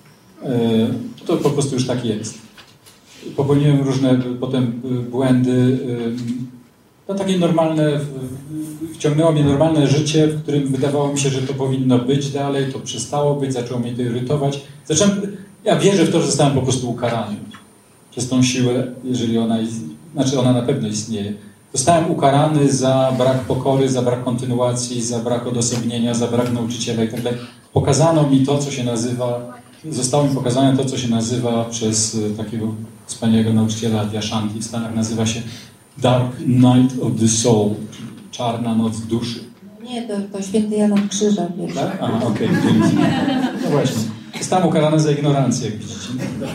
To po prostu już tak jest. Popełniłem różne potem błędy. No takie normalne, wciągnęło mnie normalne życie, w którym wydawało mi się, że to powinno być dalej, to przestało być, zaczęło mnie to irytować. Zacząłem, ja wierzę w to, że zostałem po prostu ukarany przez tą siłę, jeżeli ona, znaczy ona na pewno istnieje. Zostałem ukarany za brak pokory, za brak kontynuacji, za brak odosobnienia, za brak nauczyciela i tak dalej. Pokazano mi to, co się nazywa, zostało mi pokazane to, co się nazywa przez takiego wspaniałego nauczyciela Adyashanti w Stanach, nazywa się Dark Night of the Soul, czarna noc duszy. Nie, to, to święty Jan od Krzyża. Wiesz. Tak? Aha, okej, dzięki. No właśnie. Zostałem ukarany za ignorancję, jak widzicie.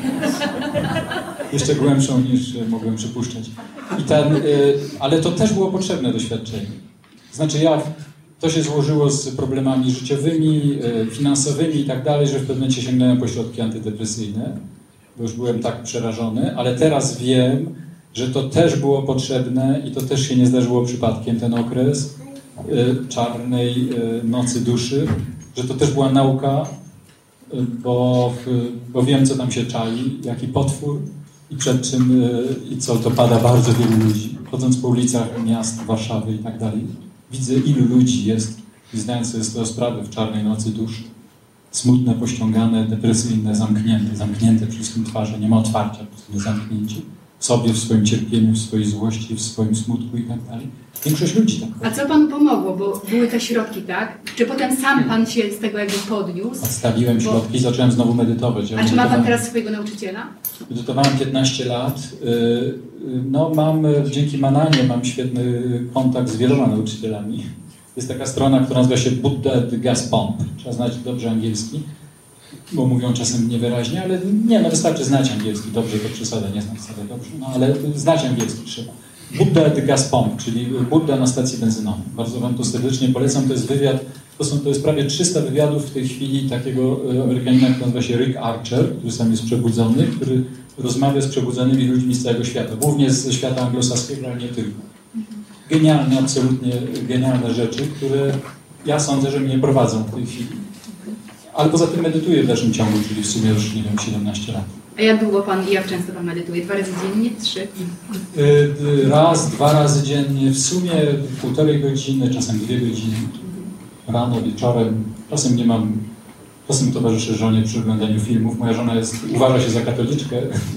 Jeszcze głębszą niż mogłem przypuszczać. I ten, y, ale to też było potrzebne doświadczenie. Znaczy ja, to się złożyło z problemami życiowymi, y, finansowymi i tak dalej, że w pewnym momencie sięgnąłem po środki antydepresyjne, bo już byłem tak przerażony, ale teraz wiem, że to też było potrzebne i to też się nie zdarzyło przypadkiem, ten okres y, czarnej y, nocy duszy, że to też była nauka, y, bo, y, bo wiem, co tam się czai, jaki potwór, i przed czym i co to pada bardzo wielu ludzi. Chodząc po ulicach miast, Warszawy i tak dalej, widzę, ilu ludzi jest, i zdając sobie z tego sprawę, w czarnej nocy duszy. Smutne, pościągane, depresyjne, zamknięte, zamknięte przede wszystkim twarze, nie ma otwarcia, po prostu zamknięci. W sobie, w swoim cierpieniu, w swojej złości, w swoim smutku i tak dalej. Większość ludzi tak. A co Panu pomogło? Bo były te środki, tak? Czy potem sam Pan się z tego jakby podniósł? Odstawiłem środki i zacząłem znowu medytować. Ja A czy ma Pan teraz swojego nauczyciela? Medytowałem piętnaście lat. No mam, dzięki Mananie mam świetny kontakt z wieloma nauczycielami. Jest taka strona, która nazywa się Buddha the Gas Pump. Trzeba znać dobrze angielski, bo mówią czasem niewyraźnie, ale nie, no wystarczy znać angielski. Dobrze, to przesada, nie znam wcale dobrze, no ale znać angielski trzeba. Buddha the Gas Pump, czyli Buddha na stacji benzynowej. Bardzo Wam to serdecznie polecam. To jest wywiad, to, są, to jest prawie trzysta wywiadów w tej chwili takiego Amerykanina, który nazywa się Rick Archer, który sam jest przebudzony, który rozmawia z przebudzonymi ludźmi z całego świata, głównie ze świata anglosaskiego, ale nie tylko. Genialne, absolutnie genialne rzeczy, które ja sądzę, że mnie prowadzą w tej chwili. Ale poza tym medytuję w dalszym ciągu, czyli w sumie już, nie wiem, siedemnaście lat. A jak długo Pan i jak często Pan medytuje? Dwa razy dziennie? Trzy? Raz, dwa razy dziennie, w sumie półtorej godziny, czasem dwie godziny. Rano, wieczorem. Czasem nie mam, czasem towarzyszę żonie przy oglądaniu filmów. Moja żona jest, uważa się za katoliczkę.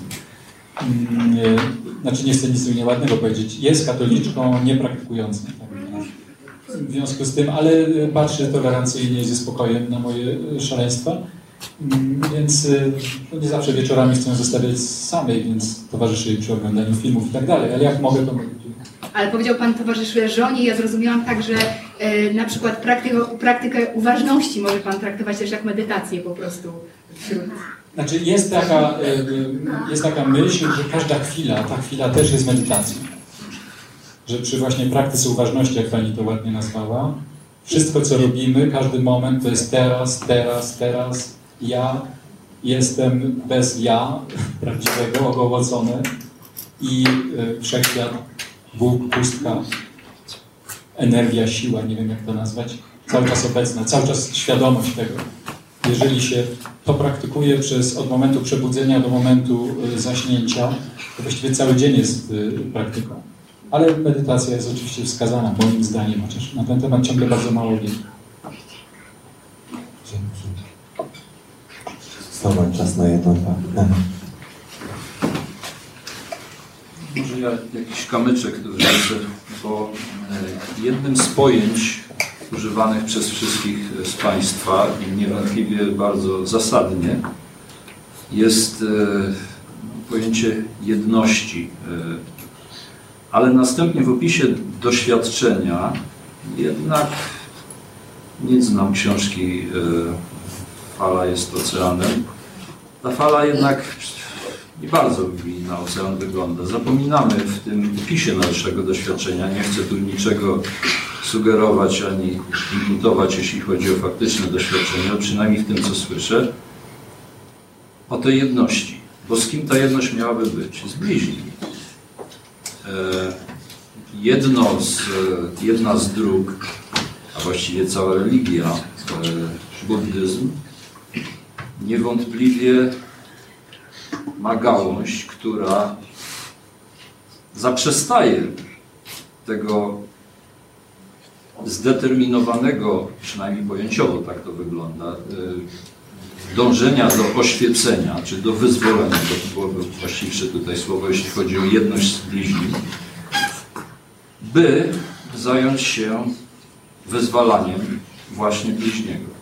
Znaczy nie chcę nic nieładnego powiedzieć. Jest katoliczką niepraktykującą. W związku z tym, ale patrzy tolerancyjnie i ze spokojem na moje szaleństwa. Więc no nie zawsze wieczorami chcę zostawiać samej, więc towarzyszę jej przy oglądaniu filmów i tak dalej. Ale jak mogę, to mogę. Ale powiedział Pan towarzyszy żonie, ja zrozumiałam tak, że e, na przykład praktykę, praktykę uważności może Pan traktować też jak medytację po prostu wśród... Znaczy jest taka, jest taka myśl, że każda chwila, ta chwila też jest medytacją. Że przy właśnie praktyce uważności, jak Pani to ładnie nazwała, wszystko co robimy, każdy moment to jest teraz, teraz, teraz, ja jestem bez ja prawdziwego, ogołocony i y, wszechświat, Bóg, pustka, energia, siła, nie wiem jak to nazwać, cały czas obecna, cały czas świadomość tego. Jeżeli się to praktykuje przez, od momentu przebudzenia do momentu y, zaśnięcia, to właściwie cały dzień jest y, praktyką. Ale medytacja jest oczywiście wskazana, moim zdaniem, chociaż na ten temat ciągle bardzo mało wiem. Dzięki. Znowu czas na jedno, dwa. Może ja jakiś kamyczek tu wrzucę, bo jednym z pojęć używanych przez wszystkich z Państwa i niewątpliwie bardzo zasadnie jest pojęcie jedności. Ale następnie w opisie doświadczenia jednak nie znam książki Fala jest oceanem. Ta fala jednak nie bardzo mi na ocean wygląda. Zapominamy w tym opisie naszego doświadczenia, nie chcę tu niczego sugerować ani imputować, jeśli chodzi o faktyczne doświadczenie, ale przynajmniej w tym, co słyszę, o tej jedności. Bo z kim ta jedność miałaby być? Z bliźnim. Jedno z, jedna z dróg, a właściwie cała religia, buddyzm, niewątpliwie ma gałąź, która zaprzestaje tego zdeterminowanego, przynajmniej pojęciowo tak to wygląda, dążenia do oświecenia, czy do wyzwolenia, to byłoby właściwsze tutaj słowo, jeśli chodzi o jedność z bliźnim, by zająć się wyzwalaniem właśnie bliźniego.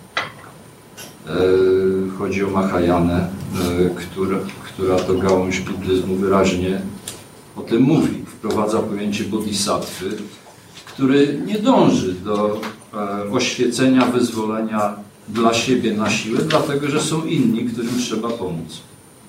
Chodzi o Mahajanę, która, która to gałąź buddyzmu wyraźnie o tym mówi. Wprowadza pojęcie bodhisattwy, który nie dąży do oświecenia, wyzwolenia dla siebie na siłę, dlatego że są inni, którym trzeba pomóc.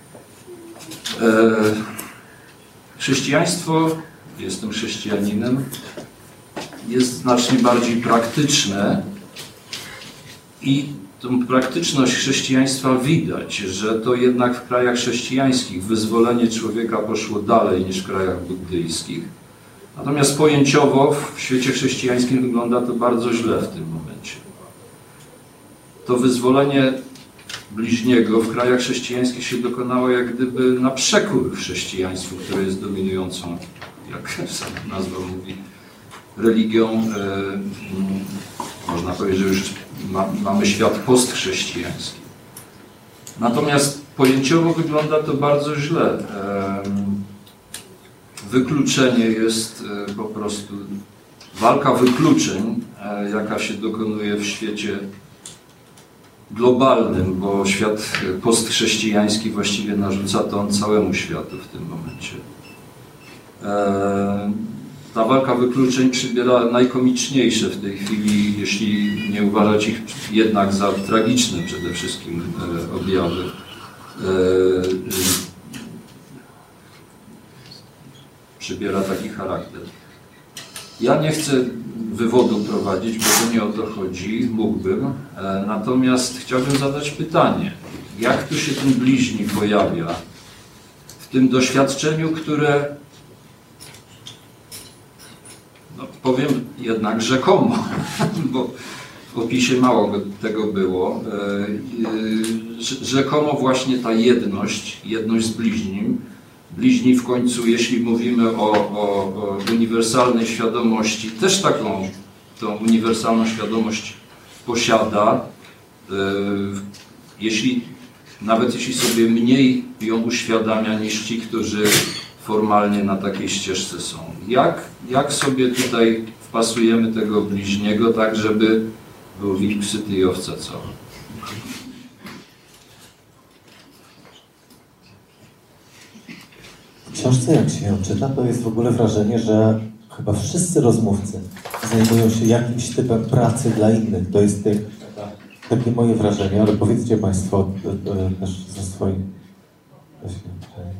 Chrześcijaństwo, jestem chrześcijaninem, jest znacznie bardziej praktyczne i tą praktyczność chrześcijaństwa widać, że to jednak w krajach chrześcijańskich wyzwolenie człowieka poszło dalej niż w krajach buddyjskich. Natomiast pojęciowo w świecie chrześcijańskim wygląda to bardzo źle w tym momencie. To wyzwolenie bliźniego w krajach chrześcijańskich się dokonało jak gdyby na przekór chrześcijaństwu, które jest dominującą, jak sama nazwa mówi, religią. E, można powiedzieć, że już ma, mamy świat postchrześcijański. Natomiast pojęciowo wygląda to bardzo źle. E, wykluczenie jest e, po prostu walka wykluczeń, e, jaka się dokonuje w świecie globalnym, bo świat postchrześcijański właściwie narzuca ton całemu światu w tym momencie. E, ta walka wykluczeń przybiera najkomiczniejsze w tej chwili, jeśli nie uważać ich jednak za tragiczne przede wszystkim e, objawy. E, przybiera taki charakter. Ja nie chcę wywodu prowadzić, bo to nie o to chodzi, mógłbym. E, natomiast chciałbym zadać pytanie, jak tu się ten bliźni pojawia w tym doświadczeniu, które, no, powiem jednak rzekomo, bo w opisie mało tego było, e, e, rzekomo właśnie ta jedność, jedność z bliźnim. Bliźni w końcu, jeśli mówimy o, o, o uniwersalnej świadomości, też taką tą uniwersalną świadomość posiada. Yy, jeśli, nawet jeśli sobie mniej ją uświadamia niż ci, którzy formalnie na takiej ścieżce są. Jak, jak sobie tutaj wpasujemy tego bliźniego tak, żeby był wilk syty i owca cała? W książce, jak się ją czyta, to jest w ogóle wrażenie, że chyba wszyscy rozmówcy zajmują się jakimś typem pracy dla innych. To jest takie moje wrażenie, ale powiedzcie Państwo też ze swoich doświadczeń.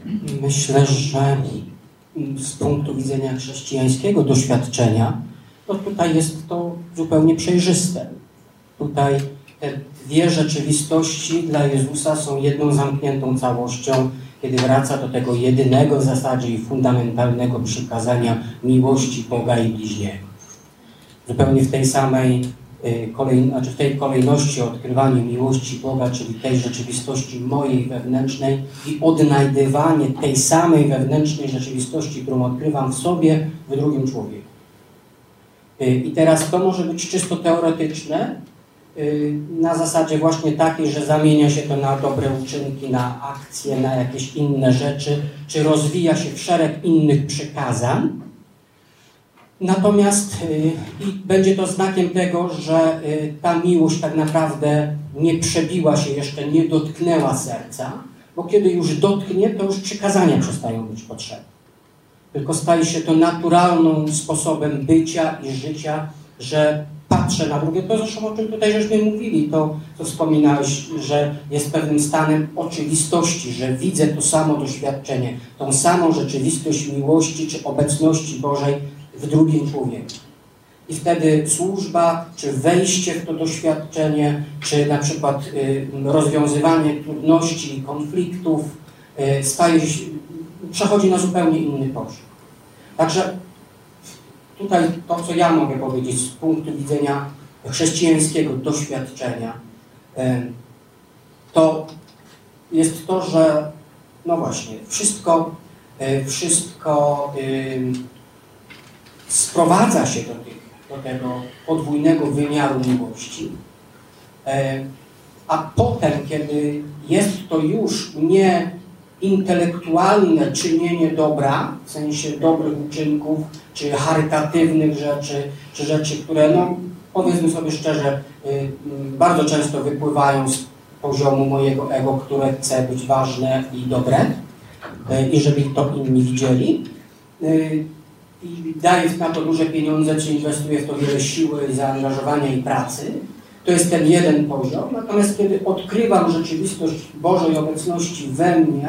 Myślę, że z punktu widzenia chrześcijańskiego doświadczenia, to tutaj jest to zupełnie przejrzyste. Tutaj te dwie rzeczywistości dla Jezusa są jedną zamkniętą całością, kiedy wraca do tego jedynego w zasadzie i fundamentalnego przykazania miłości Boga i bliźniego. Zupełnie w tej samej kolej, znaczy w tej kolejności odkrywanie miłości Boga, czyli tej rzeczywistości mojej wewnętrznej i odnajdywanie tej samej wewnętrznej rzeczywistości, którą odkrywam w sobie, w drugim człowieku. I teraz to może być czysto teoretyczne, na zasadzie właśnie takiej, że zamienia się to na dobre uczynki, na akcje, na jakieś inne rzeczy, czy rozwija się w szereg innych przykazań. Natomiast i będzie to znakiem tego, że ta miłość tak naprawdę nie przebiła się jeszcze, nie dotknęła serca, bo kiedy już dotknie, to już przykazania przestają być potrzebne. Tylko staje się to naturalnym sposobem bycia i życia, że patrzę na drugie, to zresztą o czym tutaj żeśmy mówili, to co wspominałeś, że jest pewnym stanem oczywistości, że widzę to samo doświadczenie, tą samą rzeczywistość miłości czy obecności Bożej w drugim człowieku. I wtedy służba, czy wejście w to doświadczenie, czy na przykład y, rozwiązywanie trudności, konfliktów y, staje się, przechodzi na zupełnie inny poziom. Także tutaj to, co ja mogę powiedzieć z punktu widzenia chrześcijańskiego doświadczenia, to jest to, że no właśnie, wszystko, wszystko sprowadza się do, tych, do tego podwójnego wymiaru miłości, a potem, kiedy jest to już nie intelektualne czynienie dobra, w sensie dobrych uczynków, czy charytatywnych rzeczy, czy rzeczy, które, no powiedzmy sobie szczerze, y, bardzo często wypływają z poziomu mojego ego, które chce być ważne i dobre y, i żeby to inni widzieli. Y, I daję na to duże pieniądze, czy inwestuję w to wiele siły, zaangażowania i pracy. To jest ten jeden poziom. Natomiast kiedy odkrywam rzeczywistość Bożej obecności we mnie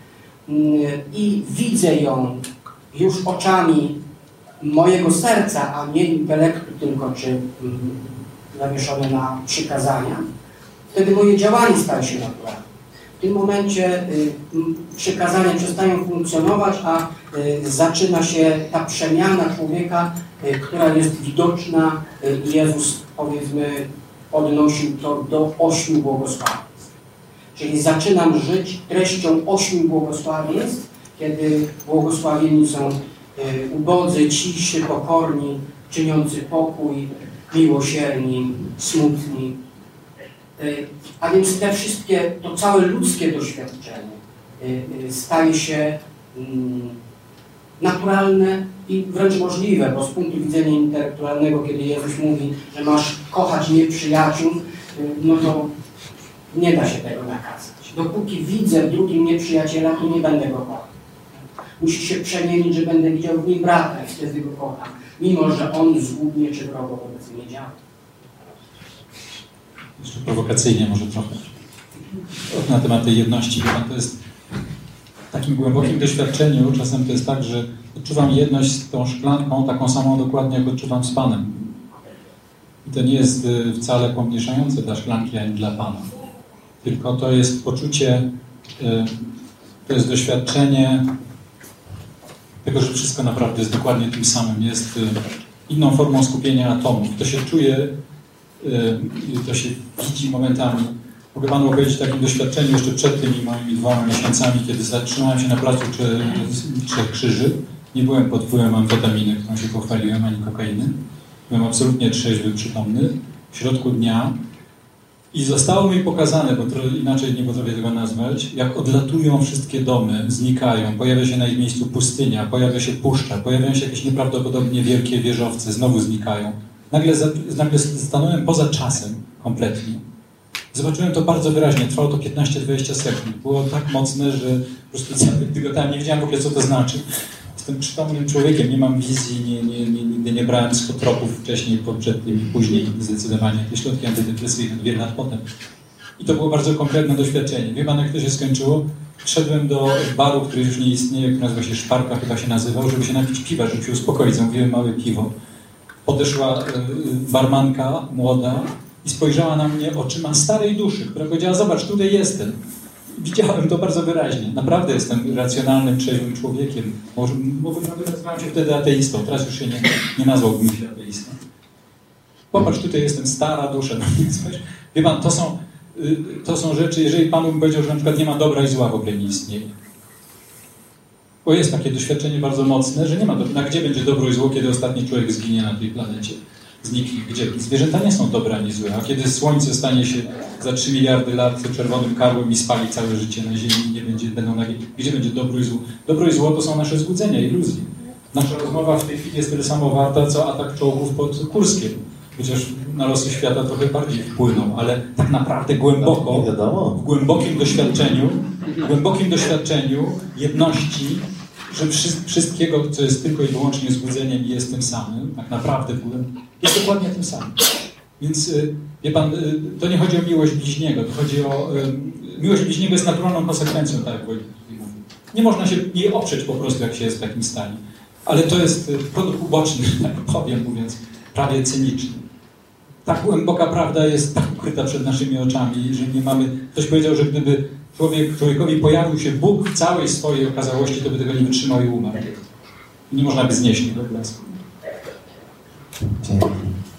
i widzę ją już oczami mojego serca, a nie intelektu tylko, czy zawieszone na przykazania, wtedy moje działanie staje się naturalne. W tym momencie przykazania przestają funkcjonować, a zaczyna się ta przemiana człowieka, która jest widoczna. Jezus, powiedzmy, odnosił to do ośmiu błogosławieństw. Czyli zaczynam żyć treścią ośmiu błogosławieństw, kiedy błogosławieni są ubodzy, ciszy, pokorni, czyniący pokój, miłosierni, smutni. A więc te wszystkie, to całe ludzkie doświadczenie staje się naturalne i wręcz możliwe, bo z punktu widzenia intelektualnego, kiedy Jezus mówi, że masz kochać nieprzyjaciół, no to nie da się tego nakazać. Dopóki widzę w drugim nieprzyjaciela, to nie będę go kochał. Musi się przemienić, że będę widział w nim brata i wtedy go kocham, mimo że on złudnie czy wrogo wobec mnie działa. Jeszcze prowokacyjnie może trochę na temat tej jedności. To jest w takim głębokim doświadczeniu, czasem to jest tak, że odczuwam jedność z tą szklanką, taką samą dokładnie, jak odczuwam z Panem. I to nie jest wcale pomniejszające dla szklanki, ani dla Pana. Tylko to jest poczucie, to jest doświadczenie tego, że wszystko naprawdę jest dokładnie tym samym. Jest inną formą skupienia atomów. To się czuje, to się widzi momentami. Mogę Panu opowiedzieć o takim doświadczeniu jeszcze przed tymi moimi dwoma miesiącami, kiedy zatrzymałem się na placu Trzech Krzyży. Nie byłem pod wpływem amfetaminy, którą się pochwaliłem, ani kokainy. Byłem absolutnie trzeźwy, przytomny w środku dnia i zostało mi pokazane, bo inaczej nie potrafię tego nazwać, jak odlatują wszystkie domy, znikają, pojawia się na ich miejscu pustynia, pojawia się puszcza, pojawiają się jakieś nieprawdopodobnie wielkie wieżowce, znowu znikają. Nagle, nagle stanąłem poza czasem kompletnie. Zobaczyłem to bardzo wyraźnie, trwało to piętnaście dwadzieścia sekund. Było tak mocne, że po prostu cały dygotałem, nie wiedziałem w ogóle, co to znaczy. Jestem przytomnym człowiekiem, nie mam wizji, nie, nie, nie, nigdy nie brałem psychotropów wcześniej, przed tym i później zdecydowanie. Te środki antydepresyjne wiele lat potem. I to było bardzo konkretne doświadczenie. Wie Pan, jak to się skończyło? Wszedłem do baru, który już nie istnieje, który nazywa się Szparka, chyba się nazywał, żeby się napić piwa, żeby się uspokoić. Zamówiłem małe piwo. podeszła barmanka młoda i spojrzała na mnie oczyma starej duszy, która powiedziała, zobacz, tutaj jestem. Widziałem to bardzo wyraźnie. Naprawdę jestem racjonalnym, trzeźwym człowiekiem. Może, może nawet nazywałem się wtedy ateistą, teraz już się nie, nie nazwałbym się ateistą. Popatrz, tutaj jestem stara dusza. Wie pan, to są, to są rzeczy, jeżeli Pan bym powiedział, że na przykład nie ma dobra i zła, w ogóle nie istnieje. Bo jest takie doświadczenie bardzo mocne, że nie ma dobra. Gdzie będzie dobro i zło, kiedy ostatni człowiek zginie na tej planecie? Zniknie. Gdzie? Zwierzęta nie są dobre ani złe, a kiedy słońce stanie się za trzy miliardy lat czerwonym karłem i spali całe życie na Ziemi, nie będzie, będą na... Gdzie będzie dobro i zło? Dobro i zło to są nasze złudzenia, iluzje. Nasza rozmowa w tej chwili jest tyle samo warta, co atak czołgów pod Kurskiem. Chociaż na losy świata trochę bardziej wpłyną, ale tak naprawdę głęboko, w głębokim doświadczeniu, w głębokim doświadczeniu jedności, że wszystkiego, co jest tylko i wyłącznie złudzeniem i jest tym samym, tak naprawdę jest dokładnie tym samym. Więc wie pan, to nie chodzi o miłość bliźniego, to chodzi o... Miłość bliźniego jest naturalną konsekwencją, tak jak Wojtek mówił. Nie można się jej oprzeć po prostu, jak się jest w takim stanie. Ale to jest produkt uboczny, tak powiem, mówiąc prawie cyniczny. Tak głęboka prawda jest tak ukryta przed naszymi oczami, że nie mamy... Ktoś powiedział, że gdyby człowiek, człowiekowi pojawił się Bóg w całej swojej okazałości, to by tego nie wytrzymał i umarł. Nie można by znieść tego blasku. Dzięki.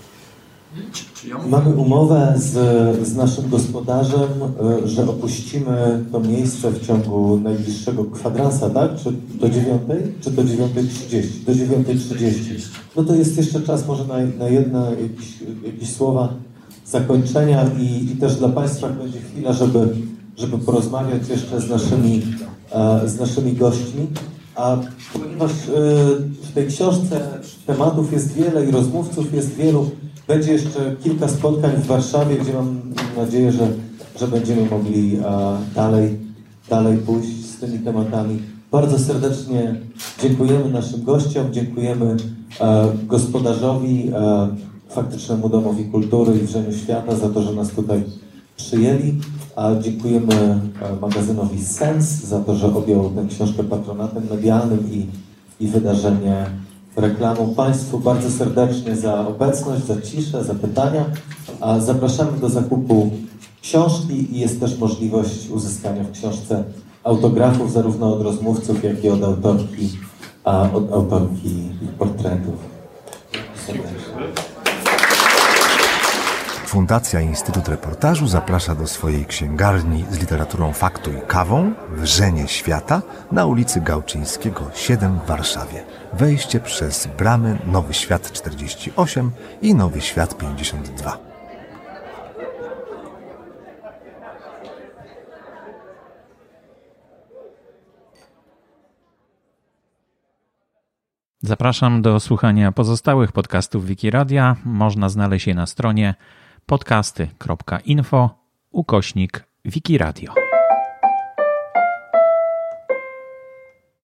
Mamy umowę z, z naszym gospodarzem, że opuścimy to miejsce w ciągu najbliższego kwadransa, tak? Czy do dziewiątej? Czy do dziewiątej trzydzieści? Do dziewiątej trzydzieści. No to jest jeszcze czas może na, na jedno jakieś, jakieś słowa zakończenia i, i też dla Państwa będzie chwila, żeby, żeby porozmawiać jeszcze z naszymi, z naszymi gośćmi. A ponieważ w tej książce tematów jest wiele i rozmówców jest wielu, będzie jeszcze kilka spotkań w Warszawie, gdzie mam nadzieję, że, że będziemy mogli dalej, dalej pójść z tymi tematami. Bardzo serdecznie dziękujemy naszym gościom, dziękujemy gospodarzowi, Faktycznemu Domowi Kultury i Wrzeniu Świata za to, że nas tutaj przyjęli. A dziękujemy magazynowi Sens za to, że objął tę książkę patronatem medialnym i, i wydarzenie reklamą. Państwu bardzo serdecznie za obecność, za ciszę, za pytania. A zapraszamy do zakupu książki i jest też możliwość uzyskania w książce autografów zarówno od rozmówców, jak i od autorki, a od autorki ich portretów. Serdecznie. Fundacja Instytut Reportażu zaprasza do swojej księgarni z literaturą faktu i kawą Wrzenie Świata na ulicy Gałczyńskiego siedem w Warszawie. Wejście przez bramy Nowy Świat czterdzieści osiem i Nowy Świat pięćdziesiąt dwa. Zapraszam do słuchania pozostałych podcastów Wikiradia. Można znaleźć je na stronie podcasty kropka info ukośnik Wikiradio.